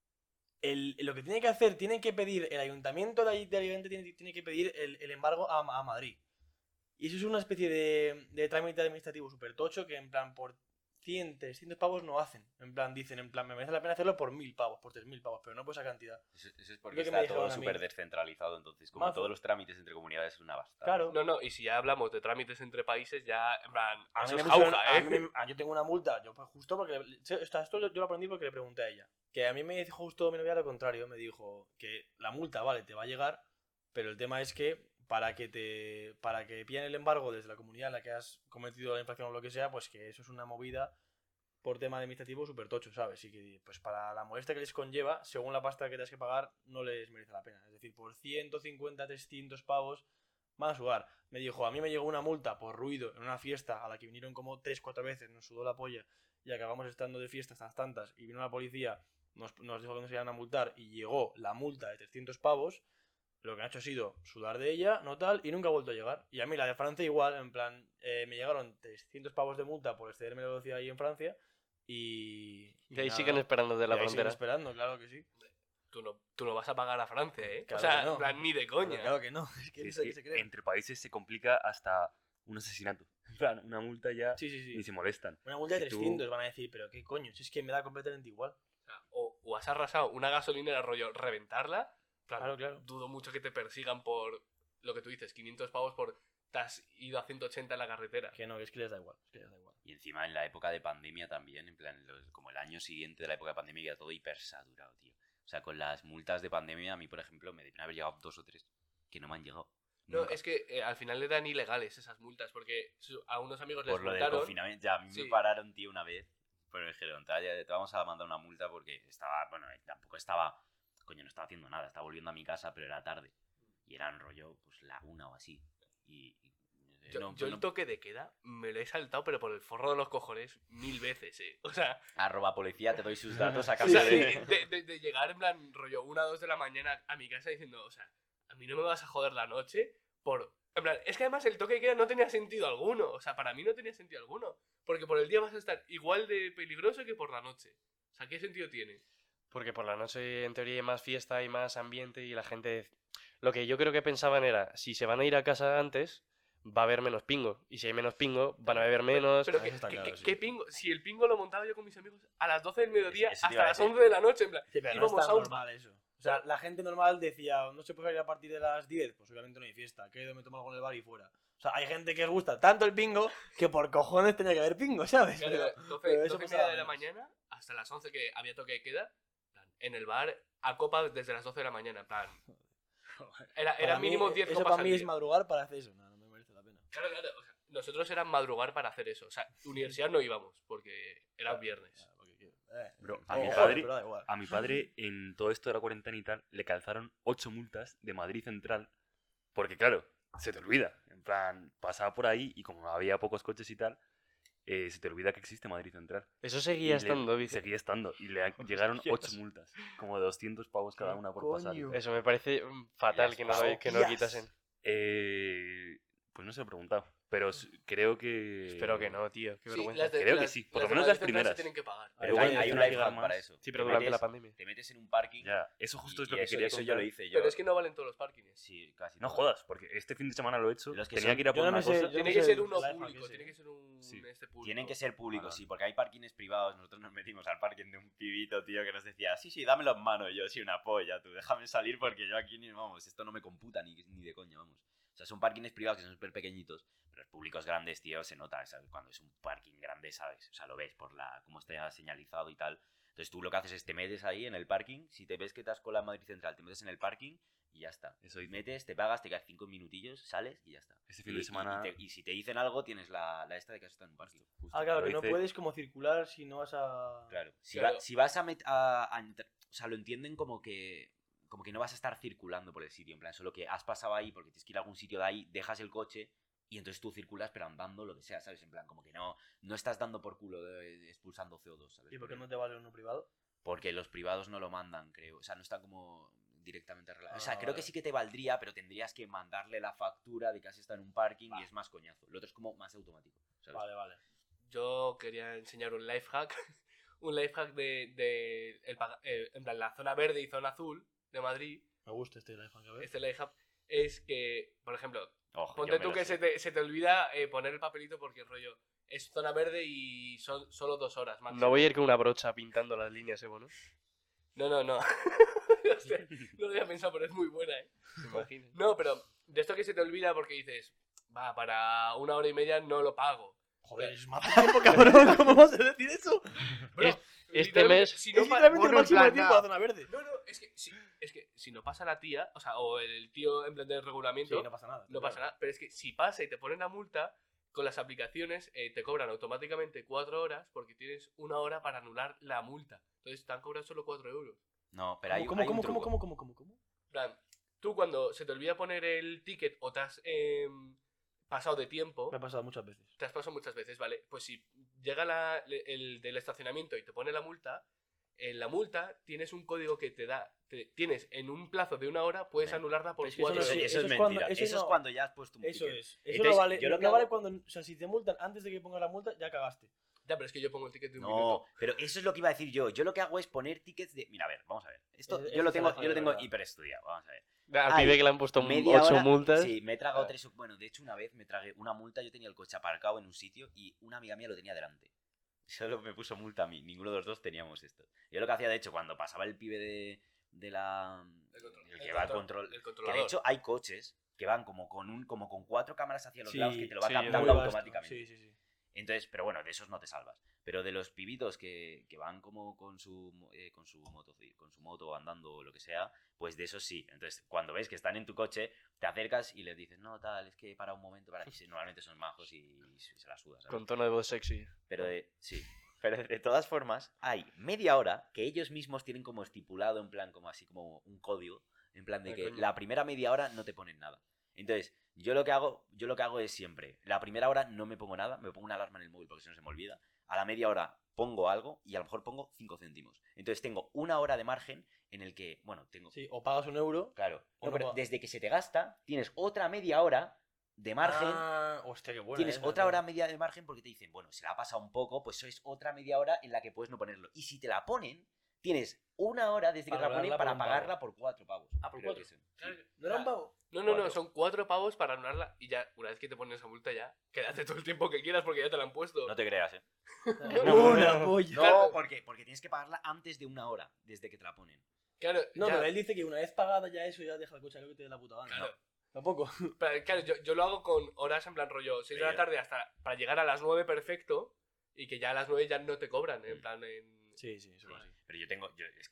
el, lo que tiene que hacer, tiene que pedir, el ayuntamiento de, ahí- de Alicante tiene, tiene que pedir el, el embargo a, a Madrid. Y eso es una especie de, de trámite administrativo súper tocho que en plan por cien, trescientos pavos no hacen. En plan dicen, en plan me merece la pena hacerlo por mil pavos, por tres mil pavos, pero no por esa cantidad. Eso, eso es porque Lo que me está dijeron todo a mí. súper descentralizado, entonces como Mazo. todos los trámites entre comunidades es una bastada. Claro. No, no, y si ya hablamos de trámites entre países, ya, en plan, A eso mí es me pusieron- jauja, a ¿eh? mí me- ah, yo tengo una multa, yo pues, justo porque... le- esto, esto yo lo aprendí porque le pregunté a ella. Que a mí me dijo justo mi novia lo contrario, me dijo que la multa, vale, te va a llegar, pero el tema es que para que te para que pillen el embargo desde la comunidad en la que has cometido la infracción o lo que sea, pues que eso es una movida por tema administrativo súper tocho, ¿sabes? Y que pues para la molestia que les conlleva, según la pasta que tienes que pagar, no les merece la pena. Es decir, por ciento cincuenta, trescientos pavos van a sudar. Me dijo, a mí me llegó una multa por ruido en una fiesta a la que vinieron como tres, cuatro veces, nos sudó la polla y acabamos estando de fiesta hasta las tantas y vino la policía, nos, nos dijo que nos iban a multar y llegó la multa de trescientos pavos. Lo que han hecho ha sido sudar de ella, no tal, y nunca ha vuelto a llegar. Y a mí la de Francia igual, en plan, eh, me llegaron trescientos pavos de multa por excederme la velocidad ahí en Francia y... Y ahí nada. siguen esperando de la Y ahí siguen frontera. esperando, claro que sí. Tú no, tú no vas a pagar a Francia, ¿eh? Claro o sea, que no. en plan, ni de Pero coña. claro que no, es que Sí, eso es que que se creen. entre países se complica hasta un asesinato. En plan, una multa ya Sí, sí, sí. ni se molestan. Una multa de Si tú- trescientos van a decir, pero qué coño, si es que me da completamente igual. O, sea, o- o has arrasado una gasolinera, rollo, reventarla. plan, Claro, claro. Dudo mucho que te persigan por lo que tú dices, quinientos pavos por te has ido a ciento ochenta en la carretera. Que no, que es que les da igual, es que les da igual. Y encima en la época de pandemia también, en plan, los- como el año siguiente de la época de pandemia, queda todo hipersaturado, tío. O sea, con las multas de pandemia, a mí, por ejemplo, me deben haber llegado dos o tres que no me han llegado. No, Nunca. es que eh, al final eran ilegales esas multas, porque su- a unos amigos les Por lo del multaron. confinamiento. Ya, a mí Sí. me pararon, tío, una vez. Pero me dijeron, "Te te vamos a mandar una multa porque estaba, bueno, tampoco estaba, coño, no estaba haciendo nada, estaba volviendo a mi casa, pero era tarde. Y eran rollo, pues la una o así. Y, y, eh, Yo, no, yo no- el toque de queda me lo he saltado, pero por el forro de los cojones, mil veces, eh. O sea, arroba policía, te doy sus datos a o cambio sea, de... de, de- de- de llegar en plan rollo una o dos de la mañana a mi casa diciendo, o sea, a mí no me vas a joder la noche por... En plan, es que además el toque de queda no tenía sentido alguno. O sea, para mí no tenía sentido alguno. Porque por el día vas a estar igual de peligroso que por la noche. O sea, ¿qué sentido tiene? Porque por la noche, en teoría, hay más fiesta, hay más ambiente y la gente... Lo que yo creo que pensaban era, si se van a ir a casa antes, va a haber menos pingo. Y si hay menos pingo, van a beber menos. Pero eso ¿qué, está qué- claro, qué- sí. qué pingo? Si el pingo lo montaba yo con mis amigos a las doce del mediodía Eso te iba hasta a las decir. once de la noche, en plan, Sí, pero no íbamos está a un... normal eso. O sea, la gente normal decía, no se puede salir a partir de las diez, pues obviamente no hay fiesta, quedo, me tomo algo en el bar y fuera. O sea, hay gente que les gusta tanto el pingo que por cojones tenía que haber pingo, ¿sabes? Claro, Pero- doce, pero eso doce y pasaba media de la menos. mañana hasta las once que había toque de queda, en plan, en el bar, a copa desde las doce de la mañana, en plan... Era, Para era mí, mínimo diez eso copas para al mí día. es madrugar para hacer eso. No, no me merece la pena. Claro, claro. O sea, nosotros era madrugar para hacer eso. O sea, universidad no íbamos porque era Claro, viernes. claro, porque quiero- eh, Bro, eh, a mi joder, padre- pero da igual. A mi padre, en todo esto de la cuarentena y tal, le calzaron ocho multas de Madrid Central. Porque, claro, se te olvida. En plan, pasaba por ahí y como había pocos coches y tal, eh, se te olvida que existe Madrid Central. Eso Y seguía le- estando, dice. Seguía estando. Y le llegaron ocho multas. Como de doscientos pavos cada ¿Qué una por pasar. y coño? tal. Eso me parece mm, fatal que no, lo- que no lo quitasen. Eh, pues no se lo he preguntado. Pero s- creo que... Espero que no, tío. Qué Sí, vergüenza. las de- Creo que las- sí, por lo las de menos Madrid las Central primeras. se tienen que pagar. Pero Igual hay, hay un tendrá que life llegar hack para más. eso. Sí, pero Te durante metes- la pandemia. Te metes en un parking. Ya, eso justo es y lo que eso, quería eso contar. yo lo hice yo. Pero es que no valen todos los parkings. Sí, casi. No todos. jodas, porque este fin de semana lo he hecho. Los que Tenía son- que ir a yo por no una me sé- cosa. yo no Tiene me que sé ser el uno life hack público, ese. tiene que ser un Sí. este público. Tienen que ser públicos, Vale. sí, porque hay parkings privados. Nosotros nos metimos al parking de un pibito, tío, que nos decía, sí, sí, dámelo en mano. Y yo, sí, una polla, tú, déjame salir porque yo aquí ni, vamos, esto no me computa ni, ni de coña, vamos. O sea, son parkings privados que son súper pequeñitos, pero los públicos grandes, tío, se nota, ¿sabes? Cuando es un parking grande, ¿sabes? O sea, lo ves por la cómo está señalizado y tal. Entonces tú lo que haces es te metes ahí en el parking, si te ves que te has colado en Madrid Central, te metes en el parking y ya está. Eso hice. Metes, te pagas, te quedas cinco minutillos, sales y ya está. Este fin Y, de y- semana... y te- y si te dicen algo, tienes la, la esta de que has estado en un parking. justo, Ah, claro, lo que no hice- puedes como circular si no vas a... Claro. Si, Claro. va- si vas a, met- a, a entr- O sea, lo entienden como que como que no vas a estar circulando por el sitio. En plan, solo que has pasado ahí porque tienes que ir a algún sitio de ahí, dejas el coche y entonces tú circulas pero andando lo que sea, ¿sabes? En plan, como que no, no estás dando por culo de- de- expulsando C O dos, ¿sabes? ¿Y por qué no te vale uno privado? Porque los privados no lo mandan, creo. O sea, no están como directamente relacionados. o sea, Ah, creo vale. que sí que te valdría, pero tendrías que mandarle la factura de que has estado en un parking y es más coñazo. Lo otro es como más automático, ¿sabes? Vale, vale. Yo quería enseñar un life hack. un life hack de, de el paga- eh, en plan, la zona verde y zona azul de Madrid. Me gusta este life hack, a ver. Este life hack es que, por ejemplo, Ojo, ponte yo me tú lo que sé. se te, se te olvida eh, poner el papelito porque rollo es zona verde y son solo dos horas máximo. No voy a ir con una brocha pintando las líneas, ¿eh? Bueno, No, no, no. O sea, no lo había pensado, pero es muy buena, ¿eh? me imagino. No, pero de esto que se te olvida porque dices, va, para una hora y media no lo pago. Joder, es más tiempo, cabrón. ¿Cómo vas a decir eso? Bro, Es- este literalmente, mes- si Es no pa- literalmente el borro en máximo de plan, tiempo a nada. la zona verde. No, no, es que, si, es que si no pasa la tía, o sea, o el tío en plan de Sí, regulamiento, no pasa nada. no pasa nada. Pero es que si pasa y te ponen la multa, con las aplicaciones eh, te cobran automáticamente cuatro horas porque tienes una hora para anular la multa. Entonces te han cobrado solo cuatro euros. No, pero hay, ¿Cómo, hay cómo, un cómo, truco. cómo, cómo, cómo, cómo? En plan, tú cuando se te olvida poner el ticket o te has em, pasado de tiempo, Me ha pasado muchas veces. te has pasado muchas veces, ¿vale? Pues si llega la- el del estacionamiento y te pone la multa, en la multa tienes un código que te da, te- tienes en un plazo de una hora, puedes Venga. anularla por Pero es que cuatro eso Eso, no euros. sí, eso eso es es cuando- mentira. eso Eso, no- es cuando ya has puesto un Eso ticket. es. Eso Entonces, no vale. yo lo no que vale hago- cuando. O sea, si te multan antes de que pongas la multa, ya cagaste. Ya, pero es que yo pongo el ticket de un No, minuto. pero eso es lo que iba a decir yo. Yo lo que hago es poner tickets de. Mira, a ver, vamos a ver. Esto Es- yo lo es tengo, trabajo yo lo de tengo verdad. hiper estudiado. Vamos a ver. Al Ay, pibe que le han puesto Media ocho hora- multas. Sí, me he tragado Ah. tres. Bueno, de hecho, una vez me tragué una multa. Yo tenía el coche aparcado en un sitio y una amiga mía lo tenía delante. Solo me puso multa a mí. Ninguno de los dos teníamos esto. Yo lo que hacía, de hecho, cuando pasaba el pibe de, de la. El control- el que el va al control- control. el Que controlador. de hecho hay coches que van como con un como con cuatro cámaras hacia los Sí, lados que te lo va sí, captando Muy vasto. automáticamente. Sí, sí, sí. Entonces, pero bueno, de esos no te salvas. Pero de los pibitos que, que van como con su mo- eh, con su moto, con su moto andando o lo que sea, pues de esos sí. Entonces, cuando ves que están en tu coche, te acercas y les dices, no, tal, es que para un momento, para. Y si- normalmente son majos y, y se la sudas. ¿sabes? Con tono de voz sexy. Pero de, sí. Pero de todas formas, hay media hora que ellos mismos tienen como estipulado, en plan, como así como un código, en plan de Ah, que coño. la primera media hora no te ponen nada. Entonces, yo lo que hago, yo lo que hago es siempre, la primera hora no me pongo nada, me pongo una alarma en el móvil porque si no se me olvida. A la media hora pongo algo y a lo mejor pongo cinco céntimos. Entonces tengo una hora de margen en el que, bueno, tengo. Sí, o pagas un euro. Claro. O No, no pero pagas. desde que se te gasta, tienes otra media hora de margen. Ah, hostia, qué buena. Tienes esa, otra tío. hora media de margen porque te dicen, bueno, se la ha pasado un poco, pues eso es otra media hora en la que puedes no ponerlo. Y si te la ponen, tienes una hora desde que Para te la ponen anularla por para un pavo. pagarla por cuatro pavos. Ah, por Creo cuatro. que son. Sí. Claro, ¿No era un pavo? No, no, no, Cuatro. son cuatro pavos para anularla y ya, una vez que te ponen esa multa ya, quédate todo el tiempo que quieras porque ya te la han puesto. No te creas, ¿eh? Una polla. No, porque, porque tienes que pagarla antes de una hora desde que te la ponen. Claro, No, ya, pero él dice que una vez pagada ya eso, ya deja el coche a lo que te dé la puta gana. claro. Tampoco. Pero, claro, yo, yo lo hago con horas en plan rollo seis de la Pero- tarde hasta para llegar a las nueve perfecto y que ya a las nueve ya no te cobran, en Mm. plan en... Sí, sí, eso es así. Pero yo tengo, yo, es que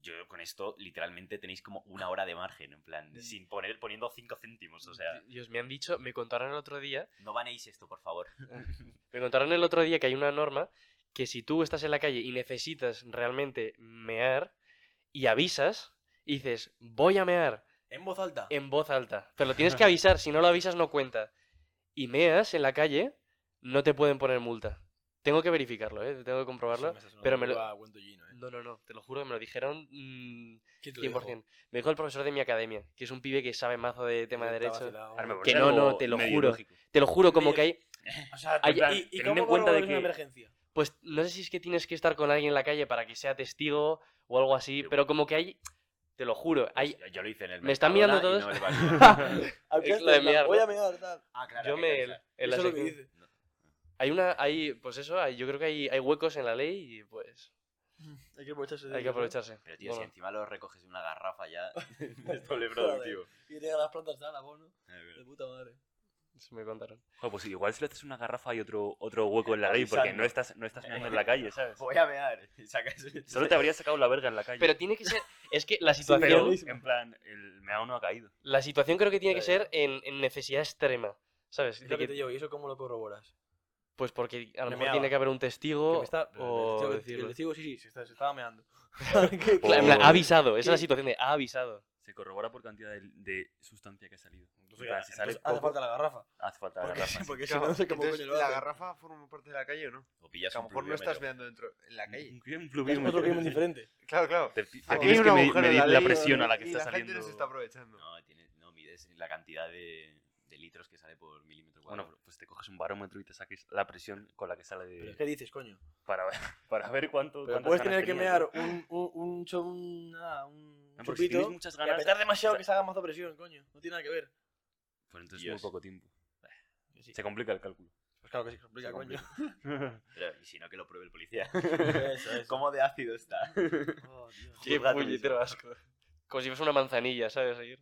yo con esto literalmente tenéis como una hora de margen, en plan, sin poner, poniendo cinco céntimos, o sea, Dios, me han dicho, me contaron el otro día, no banéis esto, por favor. me contaron el otro día que hay una norma que si tú estás en la calle y necesitas realmente mear y avisas y dices, voy a mear En voz alta. en voz alta, pero lo tienes que avisar, si no lo avisas no cuenta, y meas en la calle, no te pueden poner multa. Tengo que verificarlo, ¿eh? Tengo que comprobarlo. Sí, me estás pero me lo- sonando a cuento Gino, ¿eh? No, no, no, te lo juro que me lo dijeron mm, ¿Quién te lo cien por dijo? ciento. Me dijo el profesor de mi academia, que es un pibe que sabe mazo de tema de Está derecho. vacilado. Ahora me Que parece no, no, algo te lo medio juro. lógico. Te lo juro, como Medio- que hay... O sea, Hay- en plan, ¿y, y teniendo cómo en cuenta de corroboras una que- emergencia? Pues no sé si es que tienes que estar con alguien en la calle para que sea testigo o algo así, Sí, pero como que hay... Te lo juro, hay... Yo, yo lo hice en el ¿Me están Mercadona mirando y todos? no le valía. Aunque Es es lo de en plan, mear, voy ¿no? a mear, tal. Ah, claro. Yo hay que me... avisar. en la Eso es lo que sección- dice. Hay una... Hay, pues eso, hay, yo creo que hay, hay huecos en la ley y pues Hay que aprovecharse de hay que ellos, ¿no? aprovecharse. Pero tío, si Bueno, encima lo recoges de una garrafa ya, es doble Joder. productivo. Y llega las plantas tal, abono. Eh, De pero- puta madre. eso me contaron. Joder, pues igual si le haces una garrafa hay otro, otro hueco en la ley, porque Avisando. no estás, no estás meando en la calle, ¿sabes? Voy a mear. y sacas- Solo te habría sacado la verga en la calle. Pero tiene que ser... Es que la Pero, situación... en plan, el meao no ha caído. La situación creo que tiene que Ya, ser en, en necesidad extrema, ¿sabes? Es De lo que que- te digo, ¿y eso cómo lo corroboras? pues porque a lo Me mejor meaba. tiene que haber un Que testigo me está... o el testigo- decirlo. el testigo sí, sí, se, está- se estaba meando. Claro, en plan, ha avisado, esa es la ¿Qué? situación de ha avisado. Se corrobora por cantidad de, de sustancia que ha salido. Entonces, En plan, si sale entonces hace poco, falta la garrafa. hace falta la Porque, garrafa. sí. porque si Claro, no, no sé cómo entonces, coño lo ¿la hacen. garrafa forma parte de la calle o no? O pillas Que a lo un mejor no estás pluviómetro. meando dentro en la calle. Un, un Es pluviómetro. otro crimen diferente. Claro, claro. Te, te Aquí tienes hay que un me- agujero en medir la ley presión a la que y está la saliendo. gente no se está aprovechando. No, tienes, no mides la cantidad de, de litros que sale por milímetro Bueno, cuadrado. pues te coges un barómetro y te saques la presión con la que sale Pero de... ¿qué dices, coño? Para, ver- para ver cuánto... Pero cuántas puedes ganas tener que tenías, mear ¿no? un, un, un, cho- un, nada, un No, porque si chupito tienes muchas y ganas... apretar demasiado que se haga mazo presión, coño. No tiene nada que ver. Pues entonces Dios. muy poco tiempo. Que sí. Se complica el cálculo. Pues claro que sí, complica, Se coño. complica. Pero, y si no, que lo pruebe el policía. Eso, eso. ¿Cómo de ácido está? Oh, Dios. Qué Juzgad puñetero mismo. asco. Como si fuese una manzanilla, ¿sabes? Seguir.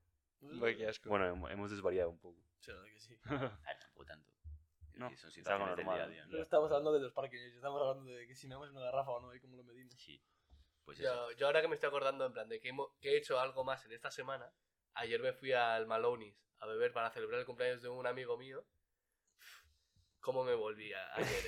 Uy, qué asco. Bueno, hem- hemos desvariado un poco. Sí, la verdad que sí. Ah, tampoco tanto. No, Que son es algo situaciones del normal, día a día, No ¿no? estamos hablando de los parques, estamos hablando de que si meamos en una garrafa o no y cómo lo medimos. Sí. Pues eso. Yo, yo ahora que me estoy acordando en plan de que, hemo- que he hecho algo más en esta semana, ayer me fui al Maloney's a beber para celebrar el cumpleaños de un amigo mío. ¿Cómo me volví a- ayer,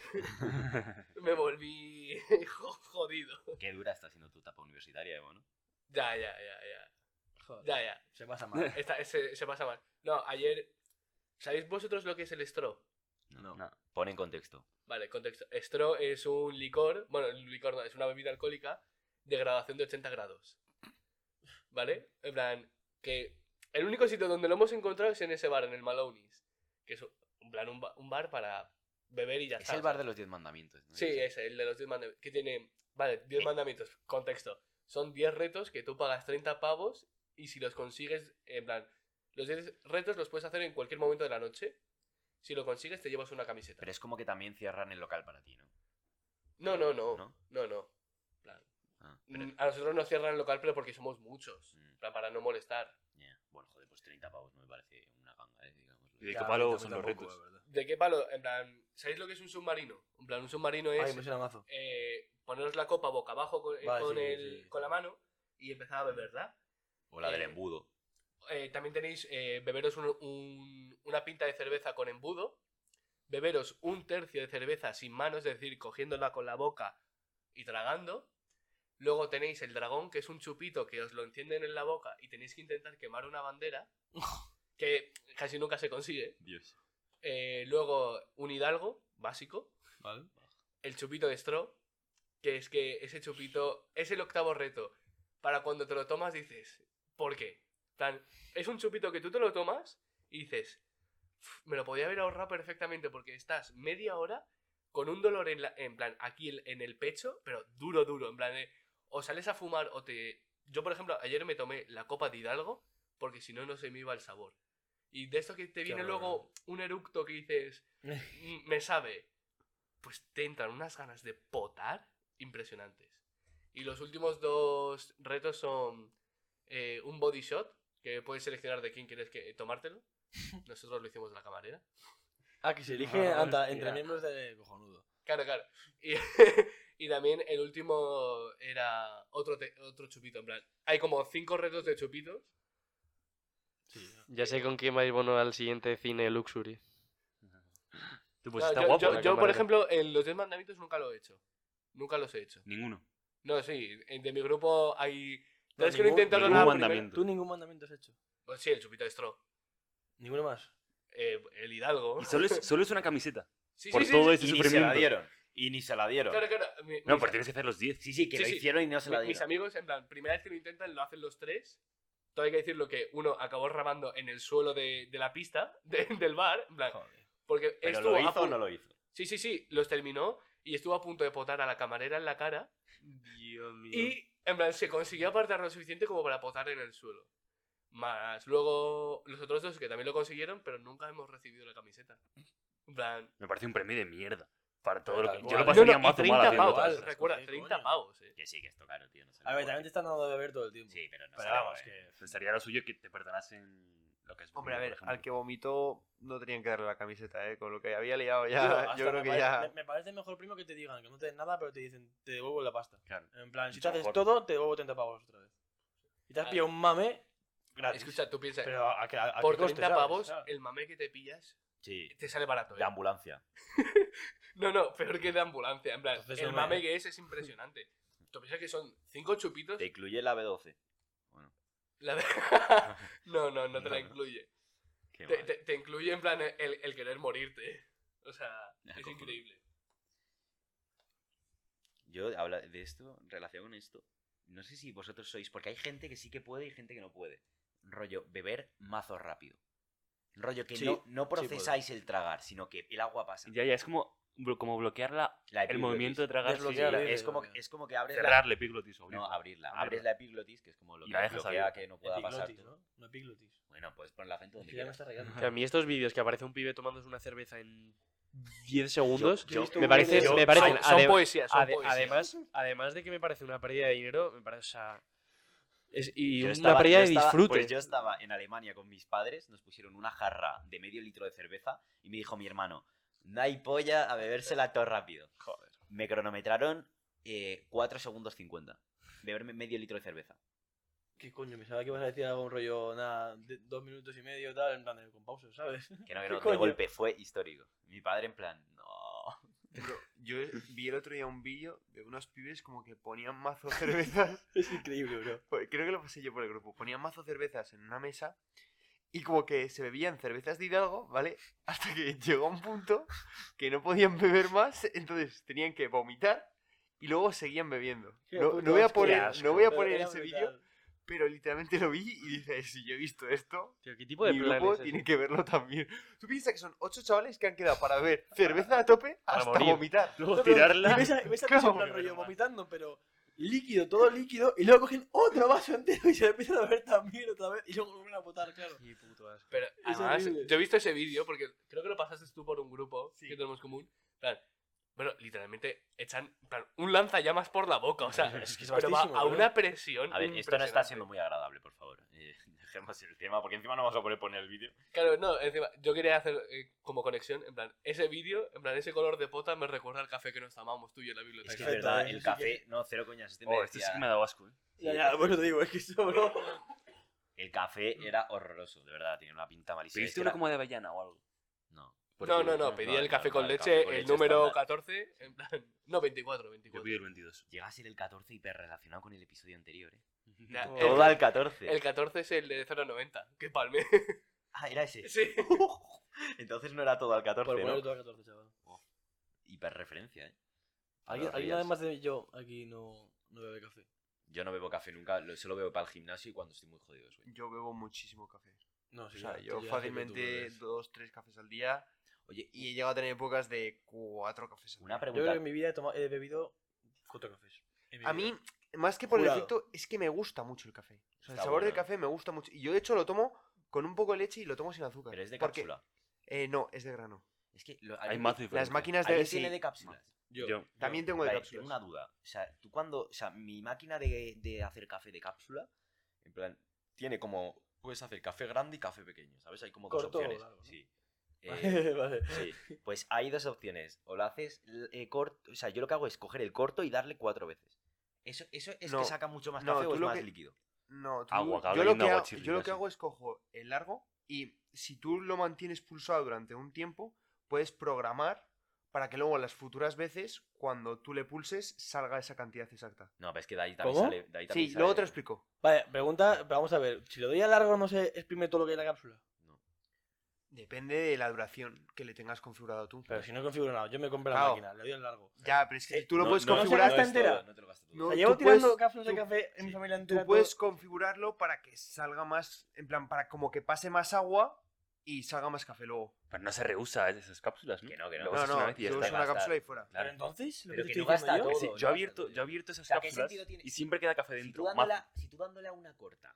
eh? Me volví jo- jodido. Qué dura está siendo tu etapa universitaria, Evo, ¿no? Ya, ya, ya, ya. Joder. Ya, ya. Se pasa mal. Esta- se, se pasa mal. No, ayer... ¿Sabéis vosotros lo que es el straw? No. No. Pon en contexto. Vale, contexto. Straw es un licor, bueno, un licor no, es una bebida alcohólica de graduación de ochenta grados. ¿Vale? En plan, que el único sitio donde lo hemos encontrado es en ese bar, en el Maloney's. Que es en plan un, ba- un bar para beber y ya Es está. el bar de los diez mandamientos, ¿no? Sí, ese, el de los diez mandamientos. Que tiene, vale, diez Eh. mandamientos. Contexto. Son diez retos que tú pagas treinta pavos y si los consigues, en plan, los diez retos los puedes hacer en cualquier momento de la noche. Si lo consigues te llevas una camiseta. Pero es como que también cierran el local para ti, ¿no? No, no, no. ¿No? No, no. En plan, Ah, pero... mm, a nosotros nos cierran el local, pero porque somos muchos. Mm. En plan, para no molestar. Ya. Bueno, joder, pues treinta pavos no me parece una ganga, ¿eh? Digamos. ¿Y de Ya, qué a palo mí tampoco, son los tampoco, retos? la verdad. ¿De qué palo? En plan, ¿sabéis lo que es un submarino? En plan, un submarino es Ay, me suena mazo. eh, poneros la copa boca abajo con, Vale, con sí, el, sí. con la mano y empezar a beber, ¿verdad? O la del Eh, embudo. Eh, también tenéis eh, beberos un- un- una pinta de cerveza con embudo, beberos un tercio de cerveza sin mano, es decir, cogiéndola con la boca y tragando. Luego tenéis el dragón, que es un chupito que os lo encienden en la boca y tenéis que intentar quemar una bandera, que casi nunca se consigue. Dios. Eh, luego un hidalgo, básico, Vale. el chupito de straw, que es que ese chupito es el octavo reto. Para cuando te lo tomas dices, ¿por qué? En plan, es un chupito que tú te lo tomas y dices, "Uf, me lo podía haber ahorrado perfectamente porque estás media hora con un dolor en, la- en plan aquí en- en el pecho, pero duro, duro, en plan de, o sales a fumar o te... Yo, por ejemplo, ayer me tomé la copa de Hidalgo porque si no, no se me iba el sabor. Y de esto que te viene horror. luego un eructo que dices, "Mm, me sabe", pues te entran unas ganas de potar impresionantes. Y los últimos dos retos son eh, un body shot, que puedes seleccionar de quién quieres que, tomártelo. Nosotros lo hicimos de la camarera. Ah, que se elige Ah, anta- hostia. entre miembros de cojonudo. Claro, claro. Y, Y también el último era otro, te- otro chupito, en plan. Hay como cinco retos de chupitos. Ya sé con quién vais bueno al siguiente cine Luxury. Tú, pues No, está yo, guapo. yo- la yo, por camarera. ejemplo, en los diez mandamientos nunca lo he hecho. Nunca los he hecho. Ninguno. No, sí, en- de mi grupo hay No, tres que lo ningún- intentaron ningún a la primera. mandamiento. Tú ningún mandamiento has hecho. Pues sí, el chupito de Stro. Ninguno más. Eh, el Hidalgo. Y solo es, solo es una camiseta. Sí, por sí, todo sí, ese Y ni se sufrimiento. la dieron. Y ni se la dieron. Claro, claro. mi- No, mis- pero tienes que hacer los diez. Sí, sí, que Sí, lo sí. hicieron y no se la mi- mis dieron. amigos, en plan, primera vez que lo intentan, lo hacen los tres. Todo hay que decirlo que uno acabó ramando en el suelo de, de la pista de- del bar. En plan, porque ¿Pero estuvo lo a hizo o pu- no lo hizo? Sí, sí, sí, los terminó y estuvo a punto de potar a la camarera en la cara. Dios mío. Y, en plan, se consiguió apartar lo suficiente como para potar en el suelo. Más luego los otros dos que también lo consiguieron, pero nunca hemos recibido la camiseta. En plan. Me parece un premio de mierda. Para todo Pero lo tal que. cual. Yo lo No, pasaría no, y mazo mal treinta haciendo pavos, tal. tal. recuerda, ¿Qué treinta coño? pavos, eh. Que sí, que esto caro, tío. No se lo A ver, puede. también te están dando de beber todo el tiempo. Sí, pero no Pero se lo vamos, puede. que. Pues sería lo suyo que te perdonasen lo que es. Hombre, a vomito, ver, por al ejemplo. que vomitó no tenían que darle la camiseta, ¿eh? Con lo que había liado ya, Tío, hasta yo creo me que pare- ya... Me, me parece mejor primo que te digan que no te den nada, pero te dicen, te devuelvo la pasta. Claro. En plan, si Mucho te haces mejor. todo, te devuelvo treinta pavos otra vez. Y te has Ah. pillado un mame gratis. Escucha, tú piensas, pero a, a, qué- a, a por qué coste, treinta ¿sabes? pavos, Claro. el mame que te pillas Sí, te sale barato, de eh. ambulancia. No, no, peor que de ambulancia. En plan, Entonces el no me- mame que es es impresionante. Tú piensas que son cinco chupitos. Te incluye la B doce. Bueno, La de- no, no, no te la No, no. incluye. qué Te, mal. te- te incluye en plan el, el querer morirte. O sea, Ya, es cojones. increíble. Yo, habla de esto, en relación con esto, no sé si vosotros sois, porque hay gente que sí que puede y gente que no puede. Rollo, beber mazo rápido. Rollo que Sí, no, no sí puedo. procesáis el tragar, sino que el agua pasa. Ya, ya, es como, blo- como bloquear la- La el epiglotis. movimiento de tragar. Desbloquear, sí, dice. Es como, es como que abres la... cerrarle epiglotis. o No, abrirla. abrirla. Abrirla. Abres la epiglotis, que es como lo Y que la dejas bloquea abierta. que no pueda pasar. Epiglotis, todo. ¿no? No epiglotis. Bueno, puedes poner la frente Es donde que ya me quieras. está rayando. Que a mí estos vídeos que aparece un pibe tomándose una cerveza en diez segundos, yo he visto me un parece, vídeo- me parecen, son, son ade- poesías, son ade- poesías. además, además de que me parece una pérdida de dinero, me parece, o sea, es, y Yo una estaba- pérdida yo de estaba- disfrute. Pues yo estaba en Alemania con mis padres, nos pusieron una jarra de medio litro de cerveza y me dijo mi hermano, no hay polla a bebérsela todo rápido. Joder. Me cronometraron eh, cuatro segundos cincuenta. Beberme medio litro de cerveza. ¿Qué coño? Me sabía que ibas a decir algo un rollo, nada, de dos minutos y medio, tal, en plan, de- con pausas, ¿sabes? Que no, que ¿Qué no, de coño? golpe fue histórico. Mi padre en plan, no. Bro, yo vi el otro día un vídeo de unos pibes como que ponían mazo cervezas. Es increíble, bro. Pues creo que lo pasé yo por el grupo. Ponían mazo cervezas en una mesa y como que se bebían cervezas de Hidalgo, ¿vale? Hasta que llegó un punto que no podían beber más, entonces tenían que vomitar y luego seguían bebiendo. Qué No, puto no voy a asco, poner, asco, no voy a pero poner era ese brutal. vídeo, pero literalmente lo vi y dices, si yo he visto esto, Tío, ¿qué tipo de mi plan grupo es ese? tiene que verlo también. Tú piensas que son ocho chavales que han quedado para beber cerveza a tope Para hasta morir. vomitar. Luego No, pero- tirarla. Y ves a, ves a Claro, tíos en plan porque rollo no. vomitando, pero líquido, todo líquido, y luego cogen otro vaso entero y se lo empiezan a beber también otra vez, y luego vuelven a botar, claro. Qué puto asco. Pero además, horrible. yo he visto ese vídeo porque creo que lo pasaste tú por un grupo Sí. que tenemos común. En plan, bueno, literalmente echan en plan, un lanzallamas por la boca. O sea, Es que es pero va vastísimo, a bro. una presión. A ver, esto no está impresionante. siendo muy agradable, por favor. Eh, dejemos el tema, porque encima no vamos a poder poner el vídeo. Claro, no, encima, yo quería hacer eh, como conexión, en plan, ese vídeo, en plan, ese color de pota me recuerda al café que nos tomábamos tú y yo en la biblioteca. Es que es Perfecto, verdad, eso el sí café, no, cero coñas. Este me Oh, esto sí decía- que me ha dado asco, eh. Ya, ya, por eso te digo, es que eso, bro. El café era horroroso, de verdad, tenía una pinta malísima. ¿Pediste Es que uno era- como de avellana o algo? No. No, no, no, pedí el café con leche, con el leche número estándar. catorce, en plan, no, veinticuatro, Yo veinticuatro. pido el veintidós. Llega a ser el catorce hiper relacionado con el episodio anterior, eh. Ya, Todo el- Todo al catorce. El catorce es el de cero noventa, que palme. Ah, era ese. Sí. Entonces no era todo al catorce, Por ¿no? poner todo a catorce, chaval. Hiperreferencia, eh. ¿Alguien, Los alguien días. además de yo aquí no, no bebe café? Yo no bebo café nunca, lo- solo bebo para el gimnasio y cuando estoy muy jodido de sueño. Yo bebo muchísimo café. No, O sea, yo ya fácilmente sé que tú bebes. dos, tres cafés al día Oye, y he llegado a tener épocas de cuatro cafés al una día. Yo creo pregunta. que en mi vida he, tomado, he bebido cuatro cafés. En mi A vida. mí, más que por el Jurado. efecto, es que me gusta mucho el café. O sea, el Está sabor del bueno. café me gusta mucho. Y yo, de hecho, lo tomo con un poco de leche y lo tomo sin azúcar. Pero es de Porque- cápsula. Eh, no, es de grano. Es que lo, Hay alguien- mazo diferente. Las máquinas de... ¿alguien sí. tiene de cápsulas? Yo. Yo. También tengo de Vale, cápsulas. tengo una duda. O sea, tú cuando. O sea, mi máquina de, de hacer café de cápsula, en plan, tiene como. Puedes hacer café grande y café pequeño, ¿sabes? Hay como dos Corto o opciones. largo, ¿no? Sí. Eh, Vale. sí, pues hay dos opciones. O lo haces eh, corto, o sea, yo lo que hago es coger el corto y darle cuatro veces. ¿Eso, eso es No, que saca mucho más no, café o tú es lo más que- líquido? No, tú- Agua, que yo, habla lo yendo que agua hago, chirri, yo lo que casi. hago es cojo el largo y si tú lo mantienes pulsado durante un tiempo, puedes programar para que luego las futuras veces, cuando tú le pulses, salga esa cantidad exacta. No, pero es que de ahí también ¿Cómo? sale. De ahí también Sí, sale- luego te lo explico. Vale, pregunta, vamos a ver. Si lo doy a largo, ¿no se exprime todo lo que hay en la cápsula? No. Depende de la duración que le tengas configurado tú. Pero si no configuro nada, yo me compro la Claro. máquina, le doy al largo. Ya, pero es que Eh, tú lo No- puedes no- se configurar. gasta es todo, entera. no te lo gastas todo. No, O sea, tú llevo tirando puedes- cápsulas de tú- café en mi sí. familia entera. Tú puedes todo- configurarlo para que salga más, en plan, para como que pase más agua y salga más café luego. Pero no se reusa esas cápsulas, ¿no? Que no, que no. Lo No, usas no, una vez y ya yo está. uso una gastar. cápsula y fuera. Pero Claro. entonces, lo Pero que que te no estoy gasta diciendo yo... todo. Sí, lo yo he gasta abierto, todo. yo he abierto esas O sea, ¿qué cápsulas sentido tiene? y siempre queda café Si dentro. tú, dándole, mazo. a- si tú dándole a una corta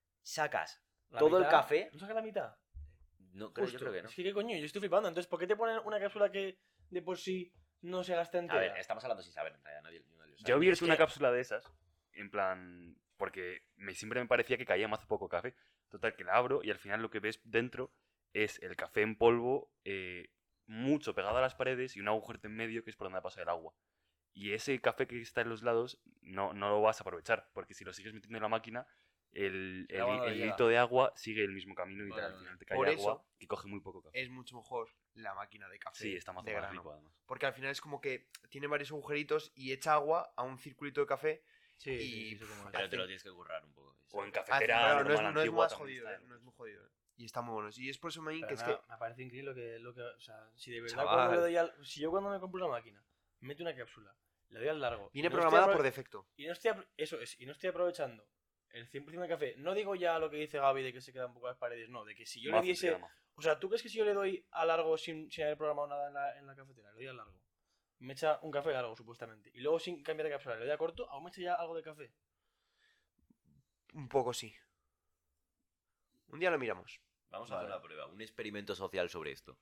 sacas la todo el mitad- café- ¿No saca la mitad? No, creo, yo Justo. creo que no. Es que, ¿qué coño? Yo estoy flipando. Entonces, ¿por qué te ponen una cápsula que de por sí no se gasta A entera? ver, estamos hablando sin saber en realidad. Nadie, nadie lo sabe. Yo he abierto Es una que- cápsula de esas, en plan, porque me, siempre me parecía que caía más poco café. Total, que la abro y al final lo que ves dentro es el café en polvo, eh, mucho pegado a las paredes y un agujero en medio que es por donde pasa el agua. Y ese café que está en los lados no, no lo vas a aprovechar, porque si lo sigues metiendo en la máquina, el, El el, agua no le el llega. hilito de agua sigue el mismo camino y tal, Vale, al final te Por cae eso- agua que coge muy poco café. Es mucho mejor la máquina de café. Sí, está más de más grano. rico además. Porque al final es como que tiene varios agujeritos y echa agua a un circulito de café. Sí, y- sí, sí, sé cómo es. Pero te hace- lo tienes que currar un poco. O en Hace- cafetera pero no, normal es, no es antigua más también jodido, está, eh, no es muy jodido. eh. Y está muy bueno. Y es por eso, Main, Pero que es nada, que me parece increíble lo que, lo que... O sea, si de verdad Chaval. cuando le doy al... Si yo cuando me compro una máquina, meto una cápsula, le doy al largo... viene y no estoy programada apro- por defecto. Y no estoy... apro- Eso es, y no estoy aprovechando el cien por ciento de café. No digo ya lo que dice Gaby de que se quedan un poco las paredes, no. De que si yo Mazo, le diese... se llama. O sea, ¿tú crees que si yo le doy a largo sin, sin haber programado nada en la, en la cafetera, le doy a largo, me echa un café largo, supuestamente, y luego sin cambiar de cápsula le doy a corto, aún me echa ya algo de café? Un poco sí. Un día lo miramos. Vamos a hacer Vale. una prueba, un experimento social sobre esto.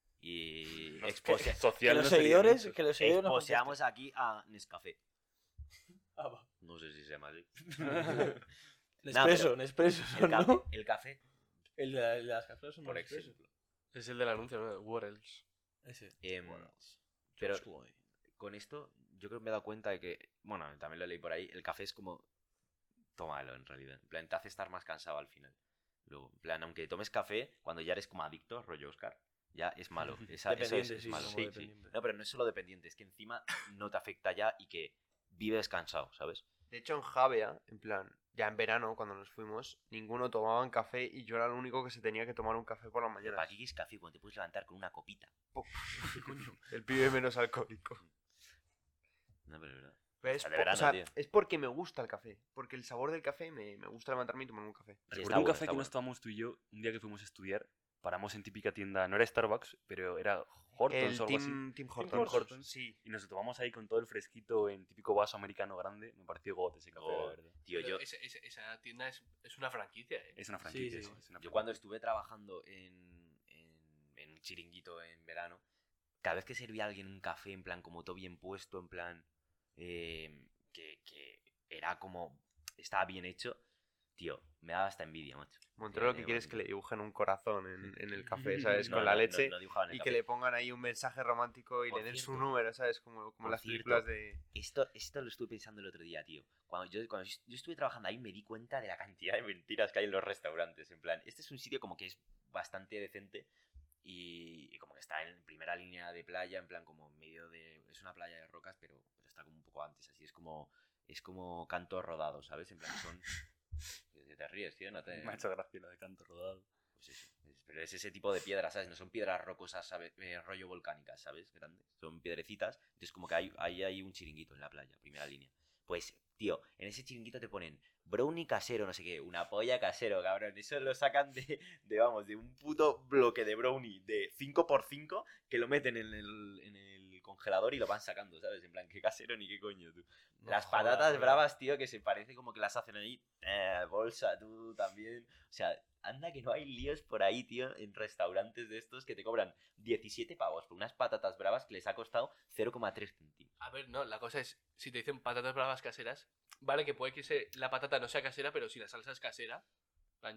Y No, expose- Que social los no sería seguidores... mucho. Que los seguidores nos exposeamos aquí a Nescafé. contesten. Ah, va. No sé si se llama así. Nespresso, pero- Nespresso, El café, ¿no? el café, El de, el de las cápsulas son por Nespresso. ejemplo. Es el del anuncio, ¿no? What else? Ese. Em, pero con esto yo creo que me he dado cuenta de que, bueno, también lo leí por ahí, el café es como... Tómalo, en realidad. En plan, te hace estar más cansado al final. Luego, en plan, aunque tomes café, cuando ya eres como adicto, rollo Oscar, ya es malo. Esa- eso es, Dependiente, es sí, malo. como Sí, sí. dependiente. No, pero no es solo dependiente, es que encima no te afecta ya y que vives cansado, ¿sabes? De hecho, en Javea, en plan, ya en verano, cuando nos fuimos, ninguno tomaban café y yo era el único que se tenía que tomar un café por la mañana. ¿Para qué quieres café cuando te puedes levantar con una copita? El pibe menos alcohólico. No, pero es verdad. Pero es, Hasta de po- verano, o sea, tío. es porque me gusta el café. Porque el sabor del café me, me gusta levantarme y tomarme un café. Sí, Recuerdo está un bueno, café está que bueno. nos tomamos tú y yo un día que fuimos a estudiar. Paramos en típica tienda, no era Starbucks, pero era Hortons El o algo así. Tim, Tim Tim Hortons. Hortons. Sí. Y nos lo tomamos ahí con todo el fresquito en típico vaso americano grande. Me pareció gote ese café, la God. verdad. Tío, Pero yo, esa, esa- esa tienda es, es una franquicia, ¿eh? Es una franquicia. sí. sí, es una yo cuando franquicia. estuve trabajando en, en, en un chiringuito en verano, cada vez que servía a alguien un café, en plan, como todo bien puesto, en plan, eh, que, que era como, estaba bien hecho, tío, me daba hasta envidia, macho. Montero lo Eh, que quiere es que bueno. le dibujen un corazón en, en el café, ¿sabes? No, Con la no, no, leche. no dibujaban el Y que café. le pongan ahí un mensaje romántico y Por le den su cierto. número, ¿sabes? Como, como Por las cierto. películas de... Esto, esto lo estuve pensando el otro día, tío. Cuando yo, cuando yo yo estuve trabajando ahí me di cuenta de la cantidad de mentiras que hay en los restaurantes. En plan, este es un sitio como que es bastante decente y, y como que está en primera línea de playa, en plan como en medio de... Es una playa de rocas, pero, pero está como un poco antes, así es como... Es como canto rodado, ¿sabes? En plan, son... Que te ríes, tío, no te... Me ha hecho gracia lo de canto rodado. Pues eso, es- pero es ese tipo de piedras, ¿sabes? No son piedras rocosas, ¿sabes? Eh, rollo volcánicas, ¿sabes? Grandes. Son piedrecitas. Entonces como que hay, hay, hay un chiringuito en la playa, primera línea. Pues, tío, en ese chiringuito te ponen brownie casero, no sé qué, una polla casero, cabrón. Eso lo sacan de, de vamos, de un puto bloque de brownie de cinco por cinco que lo meten en el, en el congelador y lo van sacando, ¿sabes? En plan, qué casero ni qué coño, tú. No Las jodas, patatas bro. bravas, tío, que se parece como que las hacen ahí. Eh, bolsa, tú también. O sea, anda que no hay líos por ahí, tío, en restaurantes de estos que te cobran diecisiete pavos por unas patatas bravas que les ha costado cero coma tres céntimos. A ver, no, la cosa es, si te dicen patatas bravas caseras, vale que puede que se- la patata no sea casera, pero si la salsa es casera, en plan,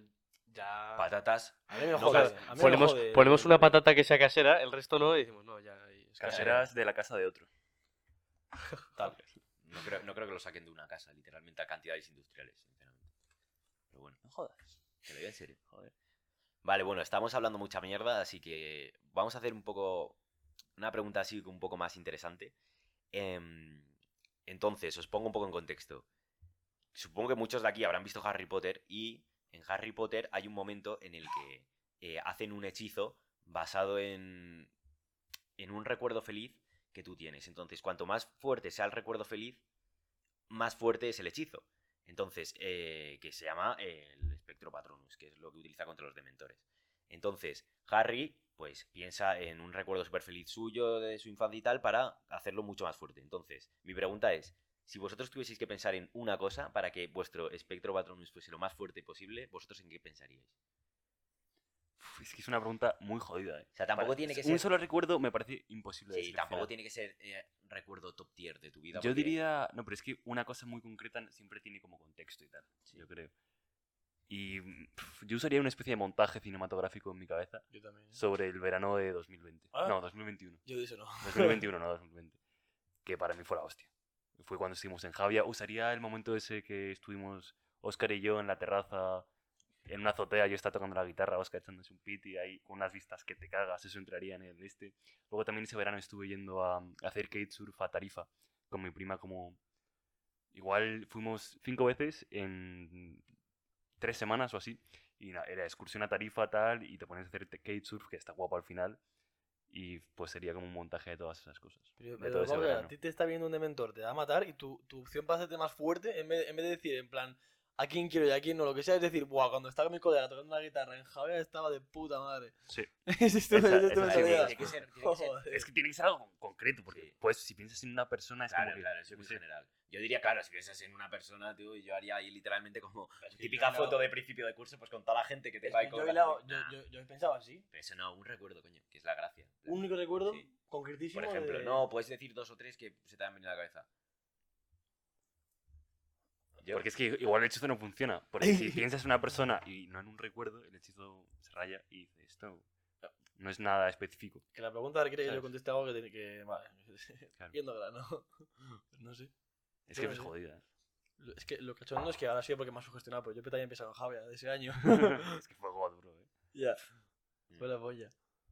Ya. Patatas. A mí me No, jode. pues, a mí me Ponemos, jode ponemos el- una patata que sea casera, el resto no, y decimos, no, ya. ahí es Caseras de la casa de otro. Tal. No creo, no creo que lo saquen de una casa, literalmente a cantidades industriales, sinceramente. Pero bueno, no jodas. Te lo digo en serio, joder. Vale, bueno, estamos hablando mucha mierda, así que vamos a hacer un poco. Una pregunta así un poco más interesante. Em, entonces, os pongo un poco en contexto. Supongo que muchos de aquí habrán visto Harry Potter y en Harry Potter hay un momento en el que eh, hacen un hechizo basado en, en un recuerdo feliz que tú tienes. Entonces, cuanto más fuerte sea el recuerdo feliz, más fuerte es el hechizo. Entonces, eh, que se llama eh, el espectro patronus, que es lo que utiliza contra los dementores. Entonces, Harry, pues, piensa en un recuerdo súper feliz suyo de su infancia y tal para hacerlo mucho más fuerte. Entonces, mi pregunta es, si vosotros tuvieseis que pensar en una cosa para que vuestro espectro patronus fuese lo más fuerte posible, ¿vosotros en qué pensaríais? Uf, es que es una pregunta muy jodida, ¿eh? O sea, tampoco Para- tiene que Un ser... solo recuerdo me parece imposible de Sí, seleccionar. tampoco tiene que ser eh, recuerdo top tier de tu vida. Yo porque- diría... No, pero es que una cosa muy concreta siempre tiene como contexto y tal, yo creo. Y pf, yo usaría una especie de montaje cinematográfico en mi cabeza Yo también. ¿eh? sobre el verano de dos mil veinte. Ah. No, dos mil veintiuno. Yo de eso no. dos mil veintiuno, no dos mil veinte. Que para mí fue la hostia. Fue cuando estuvimos en Javia. Usaría el momento ese que estuvimos Óscar y yo en la terraza, en una azotea. Yo estaba tocando la guitarra, Óscar echándose un piti ahí con unas vistas que te cagas. Eso entraría en el este. Luego también ese verano estuve yendo a, a hacer kitesurf a Tarifa con mi prima como... Igual fuimos cinco veces en tres semanas o así. Y nada, era excursión a Tarifa tal y te pones a hacer kitesurf, que está guapo al final. Y pues sería como un montaje de todas esas cosas. Pero, de pero todo ese vamos a ver, verano. a ti te está viendo un dementor, te va a matar y tu, tu opción para hacerte más fuerte, en vez, en vez de decir, en plan, a quién quiero y a quién no, lo que sea, es decir, buah, cuando estaba mi colega tocando la guitarra en Javier estaba de puta madre. Sí. Es esto, Esa- es esto esa me sí, salía. tiene que ser, tiene que ser. Joder. Es que tiene que ser algo concreto, porque Sí. pues si piensas en una persona es Claro, como que... claro, eso yo es muy qué sé. general. Yo diría, claro, si piensas en una persona, tío, yo haría ahí literalmente como que típica yo foto no- de principio de curso, pues con toda la gente que te Es va que y yo, con he hilado- yo, yo, yo he pensado así. Pero eso no, un recuerdo, coño, que es la gracia. En plan, Un único recuerdo Sí. concretísimo. Por ejemplo, de- no, puedes decir dos o tres que se te han venido a la cabeza. Yo- Porque es que igual el hechizo no funciona. Porque si piensas en una persona y no en un recuerdo, el hechizo se raya y dice, esto no es nada específico. Que la pregunta ahora quiere que yo ¿Sabes? conteste algo que tiene que. Vale. Claro. Yendo al grano. Pues no sé. Es Yo que no es sé. jodida. ¿eh? Lo- Es que lo cachondo es que ahora sí porque me ha sugestionado, pero yo también he empezado en Javia de ese año. Es que fue God, bro. ¿eh? Ya. Mm. Fue la polla.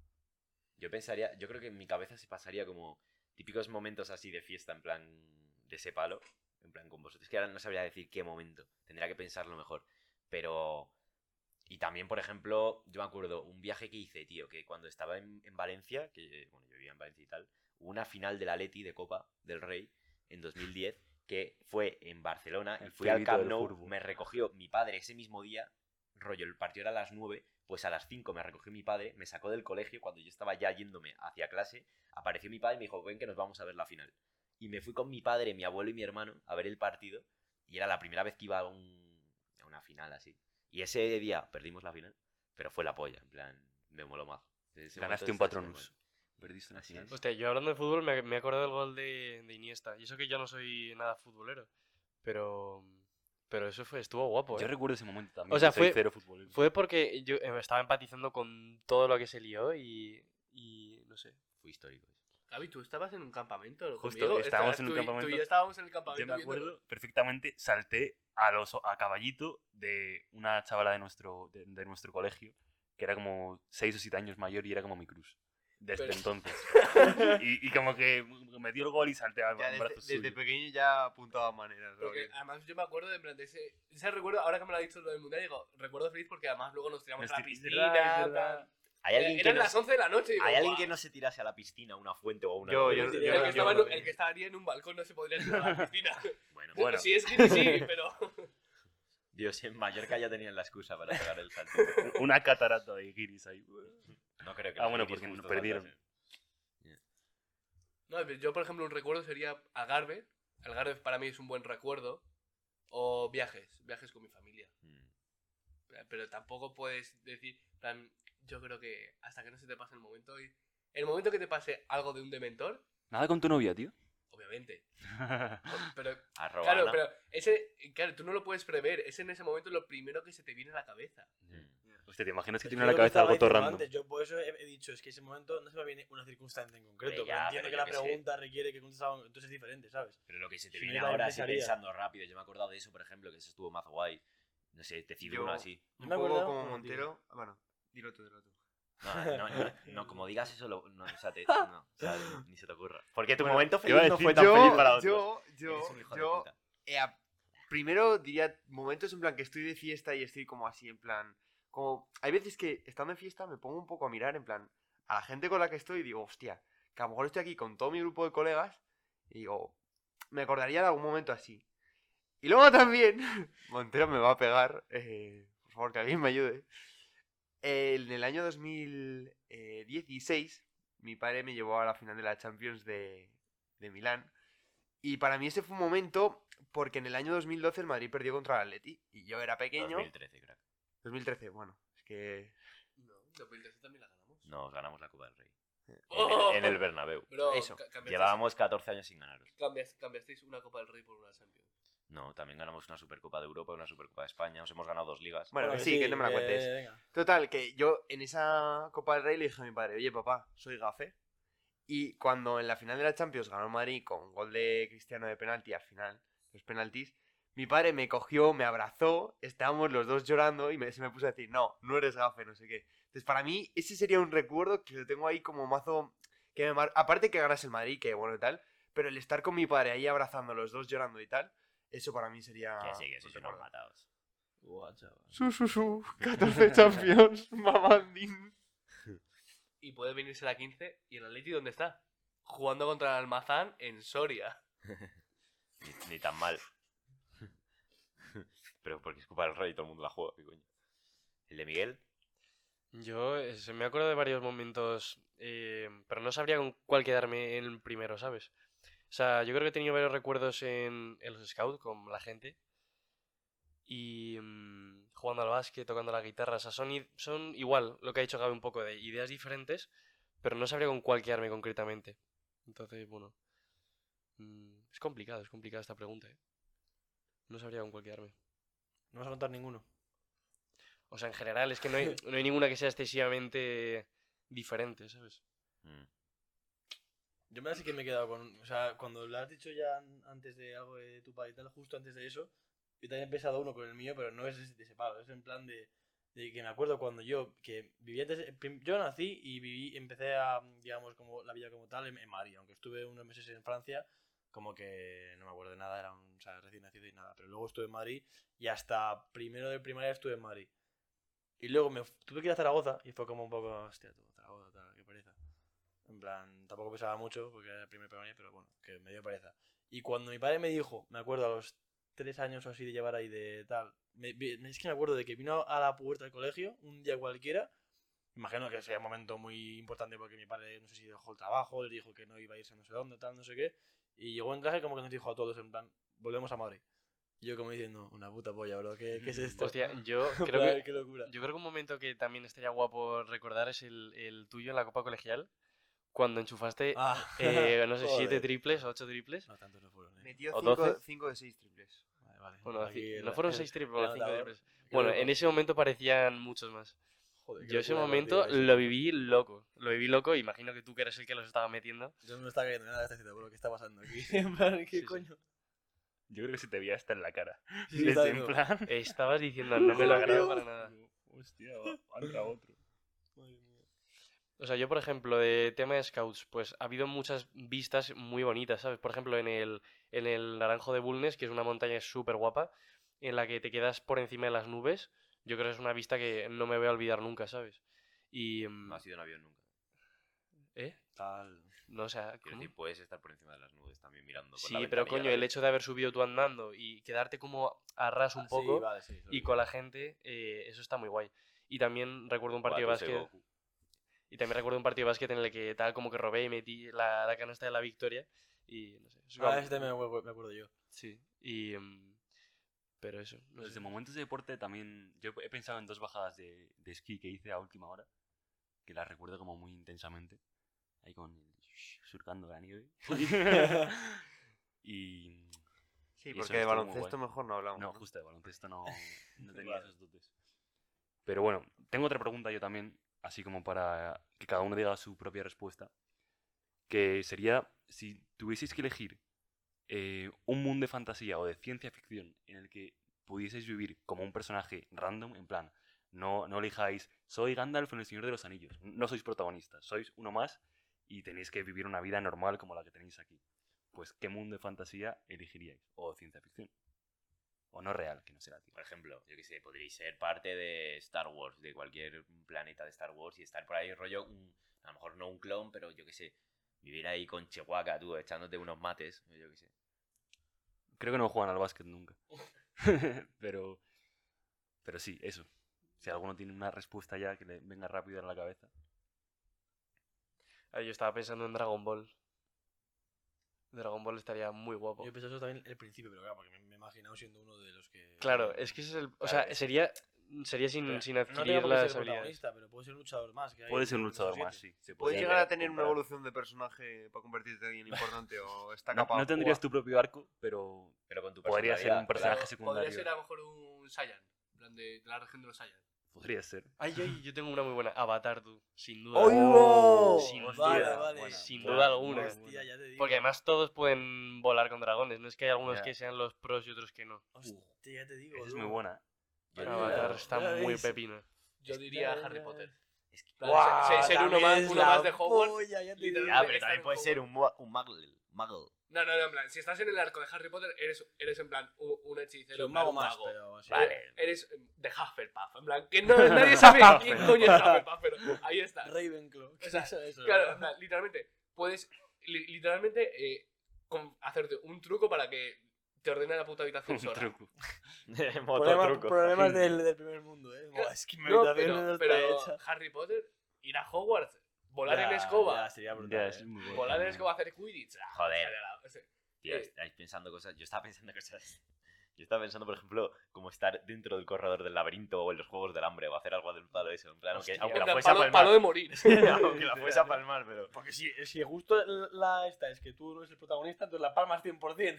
Yo pensaría, yo creo que en mi cabeza se pasaría como típicos momentos así de fiesta, en plan de ese palo, en plan con vosotros. Es que ahora no sabría decir qué momento, tendría que pensarlo mejor. Pero. Y también, por ejemplo, yo me acuerdo un viaje que hice, tío, que cuando estaba en, en Valencia, que bueno, yo vivía en Valencia y tal, hubo una final de la Leti de Copa del Rey en dos mil diez que fue en Barcelona y El fui al pibito Camp del Nou, furbo. me recogió mi padre ese mismo día, rollo, el partido era a las nueve, pues a las cinco me recogió mi padre, me sacó del colegio cuando yo estaba ya yéndome hacia clase, apareció mi padre y me dijo, ven que nos vamos a ver la final. Y me fui con mi padre, mi abuelo y mi hermano a ver el partido y era la primera vez que iba a, un, a una final así. Y ese día perdimos la final, pero fue la polla, en plan, me moló más. Ese Ganaste un momento está Patronus. súper Perdiste una Así final. es. Hostia, yo hablando de fútbol me, me he acordado del gol de, de Iniesta. Y eso que yo no soy nada futbolero. Pero. Pero eso fue, estuvo guapo, Yo ¿eh? recuerdo ese momento también. O sea, que soy fue- cero futbolero. Fue porque yo eh, estaba empatizando con todo lo que se lió y. Y. No sé. bueno. Fue histórico eso. Gaby, tú estabas en un campamento. Justo, conmigo? estábamos Estabas- en un tú y- campamento. Tú y yo estábamos en el campamento. Yo me viendo- acuerdo perfectamente, salté a los a caballito de una chavala de nuestro, de, de nuestro colegio, que era como seis o siete años mayor y era como mi cruz. Desde Pero- entonces. y, y como que me dio el gol y salté a Ya a desde, brazos desde suyos. pequeño ya apuntaba maneras. Porque ¿no? además yo me acuerdo de, en plan, de ese, ese recuerdo, ahora que me lo ha dicho lo del mundial, digo, recuerdo feliz porque además luego nos tiramos Nos a la tir- es piscina. verdad, es verdad. tal. ¿Hay Eh, alguien, que Eran no, las once de la noche. y digo, ¿hay alguien "Guau". que no se tirase a la piscina, a una fuente o a una... Yo- El, yo- que yo- estaba en yo- un- el que estaría en un balcón no se podría tirar a la piscina. Bueno, Bueno. Si es que sí, pero. Dios, en Mallorca ya tenían la excusa para pegar el salto. Una catarata de guiris ahí. No creo que Ah, los bueno, guiris porque justo perdieron. saltasen. No, pero yo, por ejemplo, un recuerdo sería Algarve. Algarve para mí es un buen recuerdo. O viajes, viajes con mi familia. Mm. Pero tampoco puedes decir, en plan, yo creo que hasta que no se te pase el momento. Y el momento que te pase algo de un dementor, Nada con tu novia, tío. obviamente. Pero, Arroba claro, Ana. pero ese, claro, tú no lo puedes prever. Es en ese momento lo primero que se te viene a la cabeza. Mm. Hostia, ¿te imaginas que Es tiene que en la lo que cabeza estaba algo todo diciendo random? antes, yo por eso he, he dicho, es que ese momento no se me viene una circunstancia en concreto, Hombre, pero ya, entiendo pero que yo la que sé. pregunta requiere que contestes algo, entonces es diferente, ¿sabes? Pero lo que se te Si viene no, ahora así pensaría. pensando rápido, yo me he acordado de eso, por ejemplo, que eso estuvo más guay. No sé, decir Yo- uno así. Yo Un me poco acuerdo- como bueno, Montero. Bueno, dilo tú, dilo tú. No, no, no, no, como digas eso, lo- no, o sea, te- no, o sea, ni se te ocurra. Porque tu Bueno, momento iba a feliz no decir fue tan yo, feliz para otros. yo, yo, Eres un hijo de yo, puta. eh, a- primero diría momentos en plan que estoy de fiesta y estoy como así, en plan, como, hay veces que estando en fiesta me pongo un poco a mirar, en plan, a la gente con la que estoy y digo, hostia, que a lo mejor estoy aquí con todo mi grupo de colegas y digo, me acordaría de algún momento así. Y luego también, Montero me va a pegar, eh, por favor, que alguien me ayude. En el año dos mil dieciséis, mi padre me llevó a la final de la Champions de, de Milán. Y para mí ese fue un momento porque en el año dos mil doce el Madrid perdió contra el Atleti. Y yo era pequeño. dos mil trece, crack. dos mil trece, bueno, es que... No, dos mil trece también la ganamos. Nos ganamos la Copa del Rey. En ¡Oh! el, en el Bernabéu. Bro, Eso. ca- cambiasteis- Llevábamos catorce años sin ganaros. cambias- cambiasteis una Copa del Rey por una Champions. No, también ganamos una Supercopa de Europa y una Supercopa de España. Nos hemos ganado dos ligas. Bueno, Bueno, que sí, que no me la eh, cuentes. venga. Total, que yo en esa Copa del Rey le dije a mi padre, oye papá, soy gafe. Y cuando en la final de la Champions ganó el Madrid con gol de Cristiano de penalti al final, los penaltis, mi padre me cogió, me abrazó, estábamos los dos llorando y me, se me puso a decir, no, no eres gafe, no sé qué. Entonces para mí ese sería un recuerdo que lo tengo ahí como mazo, que me mar... aparte que ganas el Madrid, que bueno y tal, pero el estar con mi padre ahí abrazando, los dos llorando y tal, eso para mí sería... Que sí, que sí, un son recuerdo. matados. Guau, chaval. Su, su, su, catorce Champions, mamandín. Y puede venirse la quince. ¿Y el Atleti dónde está? Jugando contra el Almazán en Soria. Ni, ni tan mal. Pero porque es Copa del Rey y todo el mundo la juega, ¿qué coño? ¿El de Miguel? Yo eh, se me acuerdo de varios momentos, eh, pero no sabría con cuál quedarme en el primero, ¿sabes? O sea, yo creo que he tenido varios recuerdos en, en los scouts con la gente. Y mm, jugando al básquet, tocando la guitarra. O sea, son, i- son igual lo que ha dicho Gaby un poco de ideas diferentes, pero no sabría con cuál quedarme concretamente. Entonces, bueno. mm, es complicado, es complicada esta pregunta, ¿eh? No sabría con cuál quedarme. No vas a contar ninguno. O sea, en general, es que no hay, no hay ninguna que sea excesivamente diferente, ¿sabes? Mm. Yo me sí que me he quedado con. O sea, cuando lo has dicho ya an- antes de algo de tu padre y tal, justo antes de eso, yo también he pensado uno con el mío, pero no es ese- de ese palo, es en plan de, de que me acuerdo cuando yo, que vivía antes, prim- yo nací y viví, empecé a, digamos, como la vida como tal en, en Madrid, aunque estuve unos meses en Francia, como que no me acuerdo de nada, era un o sea, recién nacido y nada, pero luego estuve en Madrid y hasta primero de primaria estuve en Madrid. Y luego me f- tuve que ir a Zaragoza y fue como un poco, hostia, tú, Zaragoza, tal, qué pereza. En plan, tampoco pesaba mucho porque era el primer primaria, pero bueno, que me dio pereza. Y cuando mi padre me dijo, me acuerdo a los tres años o así de llevar ahí de tal, me- me- es que me acuerdo de que vino a la puerta del colegio un día cualquiera. Imagino que sería un momento muy importante porque mi padre, no sé si dejó el trabajo, le dijo que no iba a irse a no sé dónde, tal, no sé qué. Y llegó en clase como que nos dijo a todos, en plan, volvemos a Madrid. Y yo como diciendo, una puta polla, bro, ¿qué, qué es esto? Hostia, yo En creo plan, que qué locura. Yo creo que un momento que también estaría guapo recordar es el, el tuyo en la Copa Colegial, cuando enchufaste, Ah, eh, no sé, siete joder. triples o ocho triples. No, tantos no fueron, eh. Metió ¿O doce? cinco de seis triples. Vale, vale. Bueno, Aquí ci- el- no fueron el- seis triples, el fueron cinco anotador. triples. Qué Bueno, loco. en ese momento parecían muchos más. Joder, qué Yo ese locura de momento partido ese. lo viví loco, lo viví loco, imagino que tú que eres el que los estaba metiendo. Yo no me estaba cayendo nada de esta cita, bro, ¿qué está pasando aquí? En plan, ¿qué Sí, sí. coño? Yo creo que se te veía hasta en la cara. Sí, sí, Desde está en bien. plan... Estabas diciendo, no me lo creo para nada. Hostia, va, entra otro. Madre mía. O sea, yo, por ejemplo, de tema de scouts, pues ha habido muchas vistas muy bonitas, ¿sabes? Por ejemplo, en el, en el Naranjo de Bulnes, que es una montaña súper guapa, en la que te quedas por encima de las nubes. Yo creo que es una vista que no me voy a olvidar nunca, ¿sabes? Y... mm, No has ido en avión nunca. ¿Eh? Tal. No, o sea, Quiero ¿cómo? decir, puedes estar por encima de las nubes también mirando por Sí, la pero ventanilla, coño, ¿vale? el hecho de haber subido tú andando y quedarte como a ras un Ah, poco sí, vale, sí, y con la gente, eh, eso está muy guay. Y también recuerdo un Buah, partido de tú soy básquet... Goku. Y también recuerdo un partido de básquet en el que tal como que robé y metí la, la canasta de la victoria. Y no sé. es Ah, como- ese también me acuerdo, me acuerdo yo. Sí. Y. mm, pero eso. No Desde sé. momentos de deporte también... Yo he pensado en dos bajadas de, de esquí que hice a última hora, que las recuerdo como muy intensamente. Ahí con el... surcando la nieve. y... Sí, Y eso porque de estuvo muy baloncesto guay. mejor no hablamos. No, ¿no? justo de baloncesto no, no tenía Vale. esos dotes. Pero bueno, tengo otra pregunta yo también, así como para que cada uno diga su propia respuesta. Que sería, si tuvieseis que elegir eh, un mundo de fantasía o de ciencia ficción en el que pudieseis vivir como un personaje random, en plan, no, no elijáis, soy Gandalf en El Señor de los Anillos, no sois protagonistas, sois uno más y tenéis que vivir una vida normal como la que tenéis aquí. Pues, ¿qué mundo de fantasía elegiríais? O ciencia ficción. O no real, que no será, tío. Por ejemplo, yo qué sé, podríais ser parte de Star Wars, de cualquier planeta de Star Wars y estar por ahí rollo, un- a lo mejor no un clon, pero yo qué sé, vivir ahí con Chewbacca, tú, echándote unos mates, yo qué sé. Creo que no juegan al básquet nunca. pero, pero sí, eso. Si alguno tiene una respuesta ya que le venga rápido a la cabeza. Ah, yo estaba pensando en Dragon Ball. Dragon Ball estaría muy guapo. Yo he pensado eso también al principio, pero claro, porque me, me he imaginado siendo uno de los que... Claro, es que ese es el... O Claro, sea, es- sería, sería sin, Pero sin no adquirir tengo por qué las ser habilidades. protagonista, pero puede ser un luchador más. que hay Puede ser un en luchador esos más, siete. sí. Se ¿Puedes puede llegar a ver tener una comparar. evolución de personaje para convertirte en alguien importante o está No, capaz? no tendrías tu propio arco, pero Pero con tu podría ser un personalidad, personaje Pero secundario. podría ser a lo mejor un Saiyan, en plan de, de la región de los Saiyan. Podría ser. Ay, ay, yo tengo una muy buena. Avatar, tú. Sin duda. ¡Oigo! Sin Vale, duda, vale. buena, sin buena, duda alguna. buena. Hostia, ya te digo. Porque además todos pueden volar con dragones. No es que hay algunos Ya. que sean los pros y otros que no. Hostia, ya te digo. Esa es tú. muy buena. Yo Avatar diría- está ya muy ves. pepino. Yo diría Está- Harry Potter. Es que- Plan, ¡Guau! ser- ser uno También más, es uno la más de Hogwarts. polla, ya te literalmente. digo. Ah, pero estar también en puede ser un, Hogwarts. mu- un muggle. muggle. No, no, no, en plan, si estás en el arco de Harry Potter, eres, eres en plan un, un hechicero. Sí, en un plan, mago un más, mago. pero... sí. Vale. Eres eh, de Hufflepuff, en plan, que no, nadie sabe quién coño es Hufflepuff, pero ahí está. Ravenclaw. ¿qué O sea, es eso? Claro, en plan, literalmente, puedes li- literalmente eh, con- hacerte un truco para que te ordene la puta habitación Un sola. truco. Problemas, problemas del, del primer mundo, ¿eh? Buah, es que mi No, habitación pero, no está pero hecha. Harry Potter, ir a Hogwarts, volar Ya, en escoba, Ya, sería brutal. Ya, ¿eh? es muy bueno. volar en escoba, hacer Quidditch. ah, Joder. sería la- ese- Tío, Eh. estáis pensando cosas. Yo estaba pensando cosas. Yo estaba pensando, por ejemplo, como estar dentro del corredor del laberinto o en los juegos del hambre o hacer algo del palo eso. En plan, aunque, Hostia. aunque en la plan, fuese a palo, palmar. palo de morir. aunque la fuese a palmar, pero. Porque si, si justo la esta es que tú no eres el protagonista, entonces la palmas cien por cien.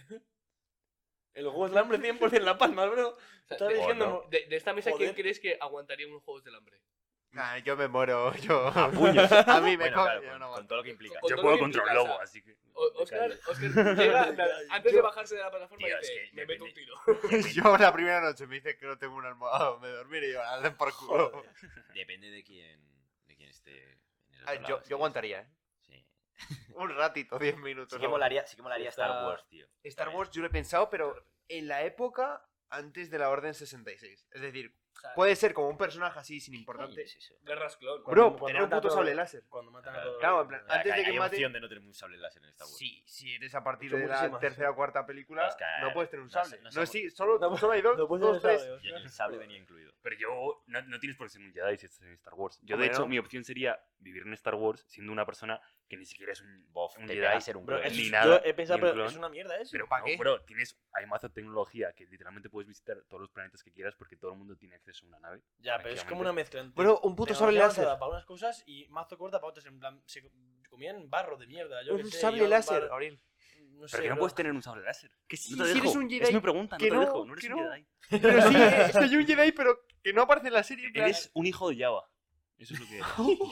El juego del hambre cien por cien la palmas, bro. Estás de- diciendo... no. De, de esta mesa, ¿quién Joder. crees que aguantaría unos juegos del hambre? Nah, yo me muero, yo. A puños. A mí me Bueno, coge, claro, yo con, no con aguanto. todo lo que implica. Con Yo todo puedo lo que contra un implica, lobo, o sea, así que. O- me Oscar, callo. Oscar llega, en plan, antes de yo- bajarse de la plataforma, Tío, es dice: que Me meto un depende- tiro. Yo la primera noche me dice que no tengo una almohada donde dormir y yo, hacen por culo. Joder. Depende de quién, de quién esté. En el Ah, otro yo, lado, sí. yo aguantaría, ¿eh? Sí. Un ratito, diez minutos. Sí que no. molaría, sí que molaría Está- Star Wars, tío. Star También. Wars yo lo he pensado, pero en la época antes de la Orden sesenta y seis. Es decir, O sea, puede ser como un personaje así, sin Coño, importante. es eso. Guerras clon. Bro, Cuando tener un matan puto a sable todos- láser. Cuando matan a Claro. todos. Claro, en plan, O sea, antes que de que hay mate- opción de no tener un sable láser en Star Wars. Sí, si eres a partir Son de la muchísimas, tercera sí. o cuarta película, Oscar, no puedes tener un no sable. sé- No, no somos- sí, solo, No, solo hay dos, no puedes dos, tener tres. sable, Yo en Oscar. el sable venía incluido. Pero yo no, no tienes por qué ser un Jedi si estás en Star Wars. Yo, Hombre, de hecho, no. mi opción sería vivir en Star Wars siendo una persona que ni siquiera es un, Bof, un te Jedi. pega a ser un Bro, clon. eso ni es- nada, yo he pensado, ni un pero clon. es una mierda eso. Pero ¿para no, qué? bro, tienes, hay mazo de tecnología que literalmente puedes visitar todos los planetas que quieras porque todo el mundo tiene acceso a una nave. Ya, pero es como una mezcla entre Bro, un puto sable tecnología láser. avanzada para unas cosas y mazo corta para otras. En plan, se comían barro de mierda. Yo qué Un sé, sable iban láser, bar- Gabriel. No Pero sé, que no bro. puedes tener un sable láser. Que sí, No te si dejo. eres un Jedi. Es mi pregunta, no que te no, dejo. No eres que un no. Jedi. Pero sí, eh, soy un Jedi, pero que no aparece en la serie. en plan- Eres un hijo de Java. Eso es lo que eres.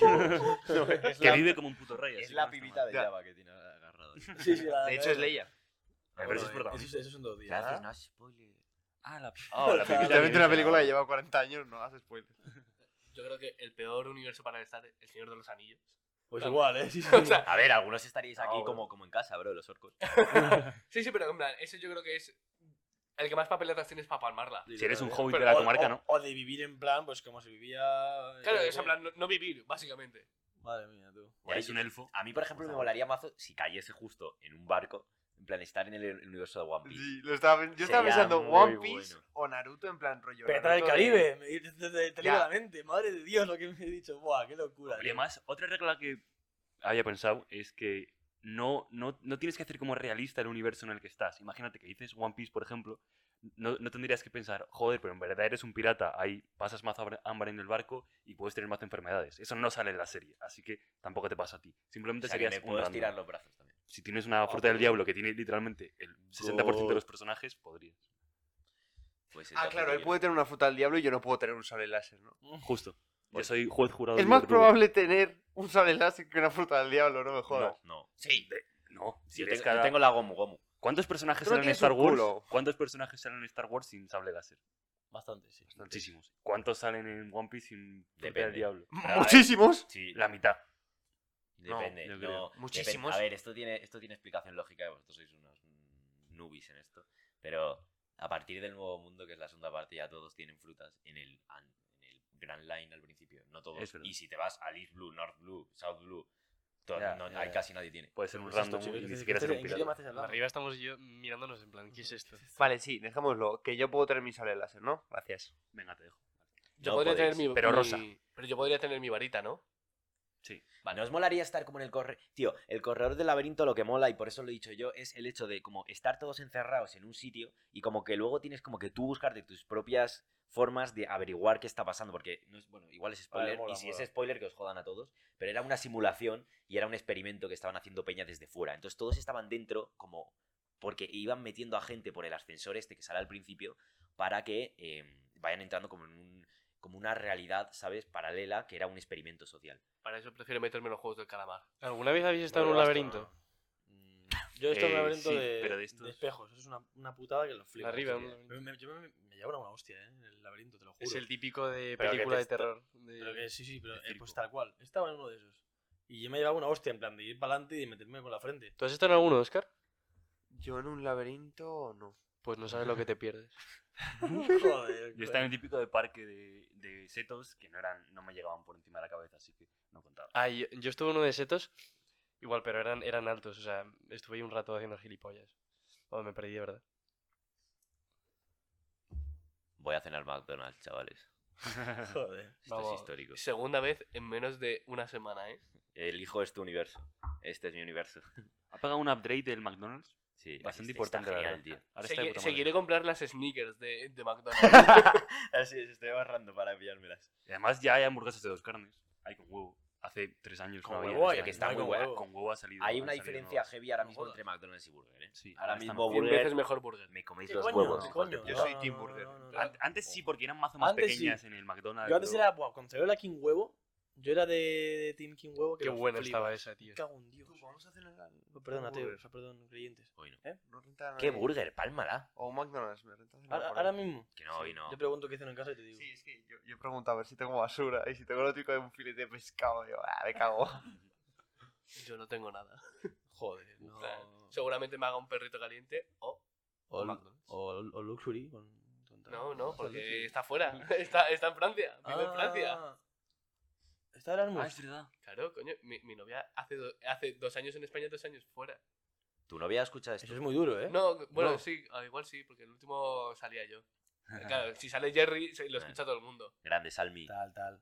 No, es que la- vive como un puto rey. Es así la que no está pibita mal. de Ya. Java que tiene agarrado. Sí, sí, la- De hecho, es Leia. Pero eso es Bueno, protagonista. esos, esos son dos días. Gracias, ¿ah? no spoiler. Ah, la Oh, la pibita Literalmente que una dice, película ah. que lleva cuarenta años, no haces spoiler. Yo creo que el peor universo para estar es El Señor de los Anillos. Pues Claro. igual, ¿eh? Sí, sí. O sea, A ver, algunos estaríais aquí No, como, como en casa, bro, los orcos. sí, sí, pero en plan, ese yo creo que es el que más papeletas tienes para palmarla. Si eres un Pero- hobbit de pero- la o- comarca, o- ¿no? O de vivir en plan, pues como se vivía. Claro, eh, es en plan, no, no vivir, básicamente. Madre mía, tú. O eres un elfo. A mí, por ejemplo, me molaría mazo si cayese justo en un barco. En plan, estar en el, el universo de One Piece. Sí, lo estaba, yo estaba Sería pensando muy One Piece bueno. o Naruto en plan rollo. Pirata del Naruto de- Caribe, me- te, te, te, te Ya. llega a la mente, madre de Dios, lo que me he dicho. Buah, qué locura. Y tío. además, otra regla que había pensado es que no, no, no tienes que hacer como realista el universo en el que estás. Imagínate que dices One Piece, por ejemplo, no, no tendrías que pensar, joder, pero en verdad eres un pirata, ahí pasas mazo hambre- hambre en el barco y puedes tener mazo enfermedades. Eso no sale en la serie, así que tampoco te pasa a ti. Simplemente O sea, que serías me un puedo random. estirar los brazos también. Si tienes una fruta del diablo que tiene literalmente el sesenta por ciento de los personajes, podrías. Pues Ah, entonces claro, él yo- puede tener una fruta del diablo y yo no puedo tener un sable láser, ¿no? Justo. Yo soy juez jurado. Es y más verdugo. probable tener un sable láser que una fruta del diablo, no me jodas. No, no. Sí. de- No. Si Yo ves tengo, cada- yo tengo la Gomu Gomu. ¿Cuántos personajes Tú no salen en tienes Star un Wars? culo. ¿Cuántos personajes salen en Star Wars sin sable láser? Bastante, sí. Muchísimos. ¿Cuántos salen en One Piece sin fruta del Depende. diablo? Pero, a ver, Muchísimos. Sí, La mitad. depende. yo No, creo. depen- Muchísimos. A ver, esto tiene, esto tiene explicación lógica, vosotros sois unos mm, nubis en esto. Pero a partir del nuevo mundo, que es la segunda parte, ya todos tienen frutas en el, an- en el Grand Line al principio. No todos. Es verdad. Y si te vas al East Blue, North Blue, South Blue, to- Ya, no, ya, hay ya. casi nadie tiene. Puede ser un ¿Qué es esto, random chicos? y ¿Qué- ni qué- siquiera qué- ser un ¿En qué idioma pirata. haces hablando? Arriba estamos yo mirándonos en plan, ¿qué es esto? Vale, sí, dejémoslo. Que yo puedo tener mi sable láser, ¿no? Gracias. Venga, te dejo. Yo No podría podéis, tener mi. pero mi- rosa. Pero yo podría tener mi varita, ¿no? Sí. ¿No os molaría estar como en el corredor? Tío, el corredor del laberinto lo que mola, y por eso lo he dicho yo, es el hecho de como estar todos encerrados en un sitio y como que luego tienes como que tú buscarte tus propias formas de averiguar qué está pasando, porque no es, bueno, igual es spoiler, mola, y si mola. es spoiler que os jodan a todos, pero era una simulación y era un experimento que estaban haciendo peña desde fuera. Entonces todos estaban dentro como porque iban metiendo a gente por el ascensor este que sale al principio para que eh, vayan entrando como en un, como una realidad, ¿sabes? Paralela, que era un experimento social. Para eso prefiero meterme en los juegos del calamar. ¿Alguna vez habéis estado en un Bueno, laberinto? Mm, Yo he estado en Eh, un laberinto sí, de, pero de de estos- espejos. Eso es una, una putada que lo flipo. Arriba, tío. un laberinto. Me, me- yo me, me llevan a una hostia, ¿eh? En el laberinto, te lo juro. Es el típico de Pero que película te de está- terror. de- Pero que sí, sí, pero de eh, circo. pues tal cual. Estaba en uno de esos. Y yo me llevaba una hostia en plan de ir para adelante y de meterme con la frente. ¿Tú has estado en alguno, Oscar? Yo en un laberinto, no. Pues no sabes lo que te pierdes. Joder. Yo estaba en el típico de parque de, de setos que no eran, no me llegaban por encima de la cabeza, así que no contaba. Ah, yo, yo estuve en uno de setos, igual, pero eran, eran altos, o sea, estuve ahí un rato haciendo gilipollas. Oh, me perdí, de verdad. Voy a cenar McDonald's, chavales. Joder. Esto Vamos, es histórico. Segunda vez en menos de una semana, ¿eh? Elijo este universo. Este es mi universo. ¿Ha pagado un upgrade del McDonald's? Sí, Bastante este importante, está la genial, verdad. tío. Ahora Se, está de qui- puta se madre. quiere comprar las sneakers de, de McDonald's. Así es, estoy ahorrando para pillármelas. Y además ya hay hamburguesas de dos carnes. Hay con huevo. Hace tres años Con no había. huevo Este hay, año que está hay muy con buena. huevo. Con huevo ha salido. Hay han una salido diferencia nuevas. heavy ahora No mismo jodas. entre McDonald's y Burger, ¿eh? Sí, ahora ahora están mismo Cien Burger veces mejor burger. me coméis ¿Qué los coño? huevos. ¿Qué hijos de coño? puta. Yo soy No, Team no, Burger. no, no, no. An- Antes sí, porque eran mazo más Antes sí. pequeñas en el McDonald's. Yo antes pero- era, buah, cuando salió la King Huevo, yo era de, de Team King Huevo. Que Qué lo buena flipas. estaba esa, tío. Me cago en Dios. Vamos a hacer el... Oh, perdón, ateo, burger. o sea, perdón, creyentes. Hoy no. ¿Eh? No renta ¿Qué nadie. burger? Pálmala. O un McDonald's, me renta cenar Ahora, por ahora ahí. mismo. Que no, hoy no. Yo pregunto qué hacen en casa y te digo. Sí, es que yo, yo pregunto a ver si tengo basura y si tengo lo típico de un filete de pescado, digo, ah, me cago. Yo no tengo nada. Joder, En no. plan, Seguramente me haga un perrito caliente o... O, McDonald's. o, o Luxury. Con, con- No, no, con porque Luxury. está fuera. Está, está en Francia. Vive en Francia. Ah, Está Erasmus. Ah, es verdad. Claro, coño. Mi, mi novia hace, do- hace dos años en España, dos años fuera. ¿Tu novia escucha esto? Eso es muy duro, ¿eh? No, bueno, No. sí, ah, igual sí, porque el último salía yo. Claro, si sale Jerry, se- lo escucha todo el mundo. Grande, Salmi. Tal, tal.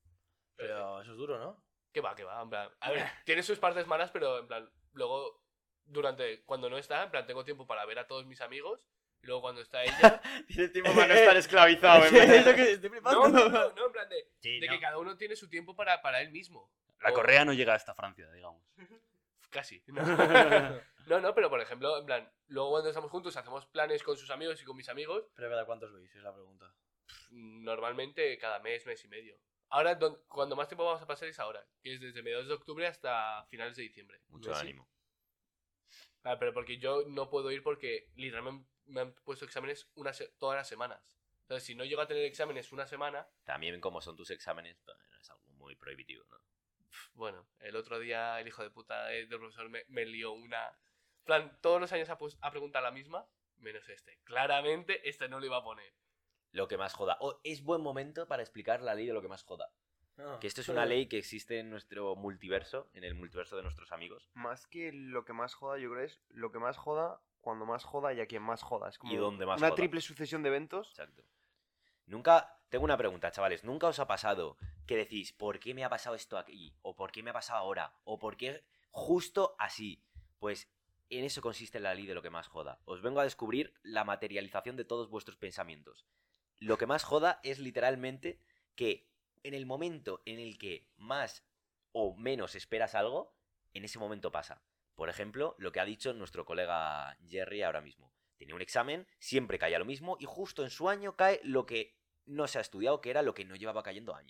Pero eso es duro, ¿no? Que va, que va, en plan. A ver, tiene sus partes malas, pero en plan, luego, durante, cuando no está, en plan, tengo tiempo para ver a todos mis amigos. Y luego cuando está ella. Tiene tiempo para no estar esclavizado, Es lo que estoy flipando. No, no, no, no, en plan de, Sí, de no. que cada uno tiene su tiempo para, para él mismo. La O- correa no llega hasta Francia, digamos. Casi. No. no, no, pero por ejemplo, en plan, luego cuando estamos juntos hacemos planes con sus amigos y con mis amigos. Pero es verdad, ¿cuántos veis? Es la pregunta. Normalmente cada mes, mes y medio. Ahora, don- cuando más tiempo vamos a pasar es ahora, que es desde mediados de octubre hasta finales de diciembre. Mucho Mes y- ánimo. Ah, pero porque yo no puedo ir porque literalmente me han puesto exámenes una se- todas las semanas. Entonces, si no llego a tener exámenes una semana, También como son tus exámenes, pues, es algo muy prohibitivo, ¿no? pf, bueno, el otro día el hijo de puta del profesor me, me lió una... En plan, todos los años ha, pues- ha preguntado la misma, menos este. Claramente, este no lo iba a poner. Lo que más joda. Oh, es buen momento para explicar la ley de lo que más joda. Ah, Que esto es una ley que existe en nuestro multiverso, en el multiverso de nuestros amigos. Más que lo que más joda, yo creo es lo que más joda cuando más joda y a quien más joda. Es como Y donde más una joda. triple sucesión de eventos. Exacto. Nunca, tengo una pregunta, chavales. ¿Nunca os ha pasado que decís, ¿por qué me ha pasado esto aquí? ¿O por qué me ha pasado ahora? ¿O por qué justo así? Pues en eso consiste la ley de lo que más joda. Os vengo a descubrir la materialización de todos vuestros pensamientos. Lo que más joda es literalmente que en el momento en el que más o menos esperas algo, en ese momento pasa. Por ejemplo, lo que ha dicho nuestro colega Jerry ahora mismo. Tenía un examen, siempre caía lo mismo y justo en su año cae lo que no se ha estudiado, que era lo que no llevaba cayendo años.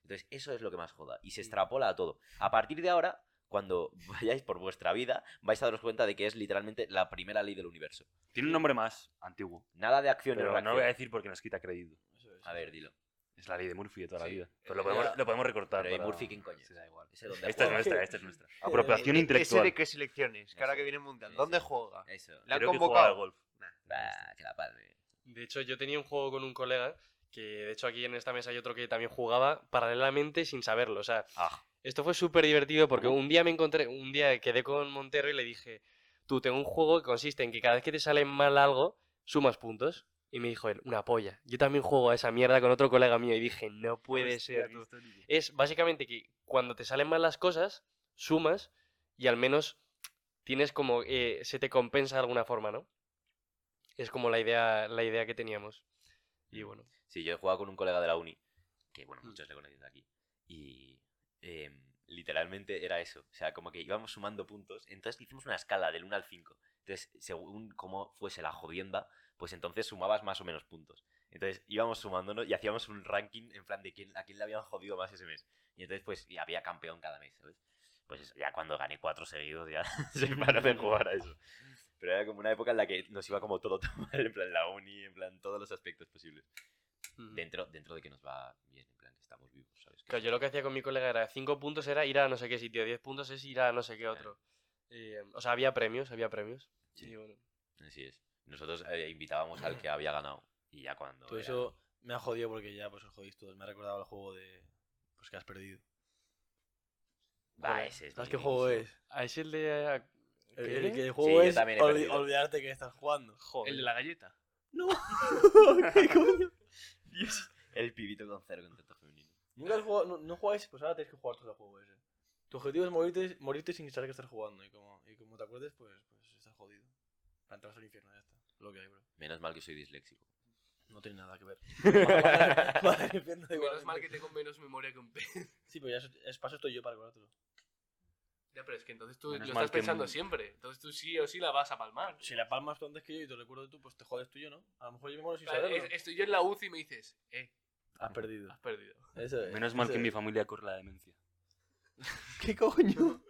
Entonces, eso es lo que más joda. Y se extrapola a todo. A partir de ahora, cuando vayáis por vuestra vida, vais a daros cuenta de que es literalmente la primera ley del universo. Tiene un nombre más antiguo. Nada de acción y Pero no reacción. lo voy a decir porque nos quita crédito. Eso es. A ver, dilo. Es la ley de Murphy de toda Sí. la vida. Pero lo Eh, podemos, ya. lo podemos recortar. Pero ¿y para- Murphy quién coño? Sí, da igual. Ese donde Esta es juega. nuestra, esta es nuestra. Apropiación ¿Ese intelectual. de qué selecciones? Que ahora que viene el mundial. Sí, ¿Dónde sí. juega? Eso. ¿Le han Creo que juega al convocado? golf. Bah, que la palme. De hecho, yo tenía un juego con un colega que, de hecho, aquí en esta mesa hay otro que también jugaba paralelamente sin saberlo. O sea, Ah, esto fue súper divertido porque un día me encontré, un día quedé con Montero y le dije, tú, tengo un juego que consiste en que cada vez que te sale mal algo, sumas puntos. Y me dijo él, una polla. Yo también juego a esa mierda con otro colega mío y dije, no puede hostia, ser, qué tú. histórico. Es básicamente que cuando te salen mal las cosas, sumas y al menos tienes como, eh, se te compensa de alguna forma, ¿no? Es como la idea, la idea que teníamos. Y bueno. Sí, yo he jugado con un colega de la uni, que bueno, Mm. muchos le conocen de aquí, y eh, literalmente era eso, o sea, como que íbamos sumando puntos, entonces hicimos una escala del uno al cinco, entonces según cómo fuese la jodienda, pues entonces sumabas más o menos puntos, entonces íbamos sumándonos y hacíamos un ranking en plan de quién, a quién le habían jodido más ese mes, y entonces pues y había campeón cada mes, ¿sabes? Pues eso, ya cuando gané cuatro seguidos ya se paró de jugar a eso. Pero era como una época en la que nos iba como todo, todo mal, en plan la uni, en plan todos los aspectos posibles. Ujú. Dentro, dentro de que nos va bien, en plan que estamos vivos, ¿sabes? Que Claro, yo lo que hacía con mi colega era cinco puntos era ir a no sé qué sitio, diez puntos es ir a no sé qué otro. Eh, o sea, había premios, había premios. Sí. Y bueno. Así es. Nosotros eh, invitábamos al que había ganado. Y ya cuando. Todo era- eso me ha jodido porque ya pues os jodís todos. Me ha recordado el juego de. Pues que has perdido. Va, Joder, ese es. ¿Sabes mi qué juego inicio. es? Ah, es el de... El, ¿Qué? el que el Sí, juego yo es también he olvi- perdido. olvidarte que estás jugando. Joder. El de la galleta. No. ¿Qué coño? El pibito con cero contacto femenino. Nunca has jugado, no, no jugáis, pues ahora tienes que jugar todo el juego ese. Tu objetivo es morirte, morirte sin saber que estás jugando. Y como, y como te acuerdes, pues, pues estás jodido. Para entrar al infierno, ya está. Lo que hay, bro. Menos mal que soy disléxico. No tiene nada que ver. Va al infierno Menos igualmente. mal que tengo menos memoria que un pez. Sí, pero ya es, es paso estoy yo para recordártelo. Ya, pero es que entonces tú Menos lo mal estás que pensando un- siempre. Entonces tú sí o sí la vas a palmar. Si la palmas tú antes que yo y te recuerdo tú, pues te jodes tú y yo, ¿no? A lo mejor yo me muero sin Vale, saberlo. es- estoy yo en la U C I y me dices, eh, Has perdido. has perdido. Eso es. Menos mal eso que en mi es. familia corre la demencia. ¿Qué coño?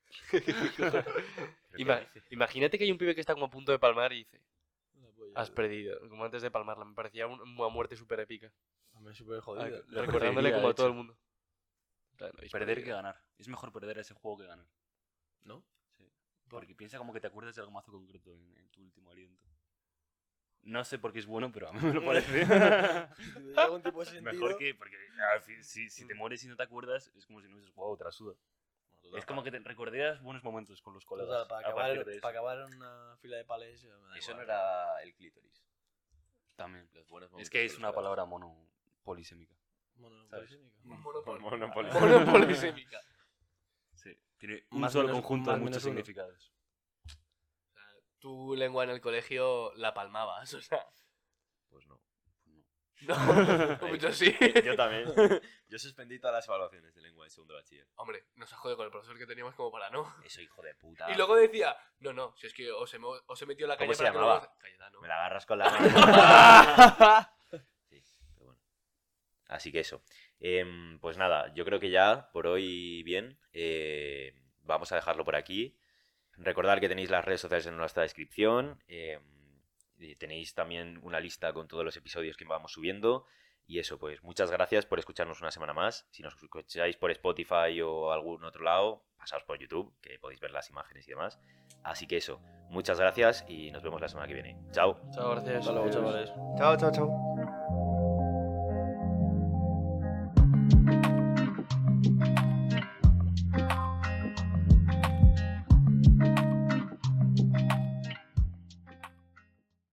Ima- imagínate que hay un pibe que está como a punto de palmar y dice, Una polla. has perdido. Como antes de palmarla. Me parecía un- una muerte súper épica. Me súper Ah, jodido. Lo recordándole preferiría, como de a todo el hecho. mundo. Claro, habéis Perder perdido. que ganar. Es mejor perder ese juego que ganar. ¿No? Sí. Porque piensa como que te acuerdas de algo mazo concreto en, en tu último aliento. No sé por qué es bueno, pero a mí me lo parece. Si tuviera algún tipo de sentido... Mejor que. Porque al fin, si, si te mueres y no te acuerdas, es como si no hubieses jugado otra suda. Es como que te recordarías buenos momentos con los colegas. Total, para, a acabar, partir de eso. para acabar en una fila de palés... me da Eso no igual. era el clítoris. También. Los buenos Es momentos que con es los una colegas. palabra mono polisémica. Mono, ¿Sabes? polisémica. Monopol- Monopoly. Monopolisémica. Sí. Tiene un Más solo menos- conjunto más de menos muchos uno. significados. O sea, tu lengua en el colegio la palmabas, o sea. Pues no. No, yo sí. Yo también. Yo suspendí todas las evaluaciones de lengua de segundo de bachiller. Hombre, nos ha jodido con el profesor que teníamos como para no. Eso, hijo de puta. Y luego decía, no, no, si es que os he, mo- os he metido la ¿Cómo caña se para que llamaba? luego- Cayetano. Me la agarras con la mano. Sí, pero bueno. Así que eso. Em, pues nada, yo creo que ya por hoy bien. Eh, vamos a dejarlo por aquí. Recordad que tenéis las redes sociales en nuestra descripción. em, y tenéis también una lista con todos los episodios que vamos subiendo. Y eso, pues muchas gracias por escucharnos una semana más. Si nos escucháis por Spotify o algún otro lado, pasaos por YouTube, que podéis ver las imágenes y demás. Así que eso, muchas gracias y nos vemos la semana que viene. Chao. Chao, gracias. Hasta luego, Adiós. chavales. Chao, chao, chao.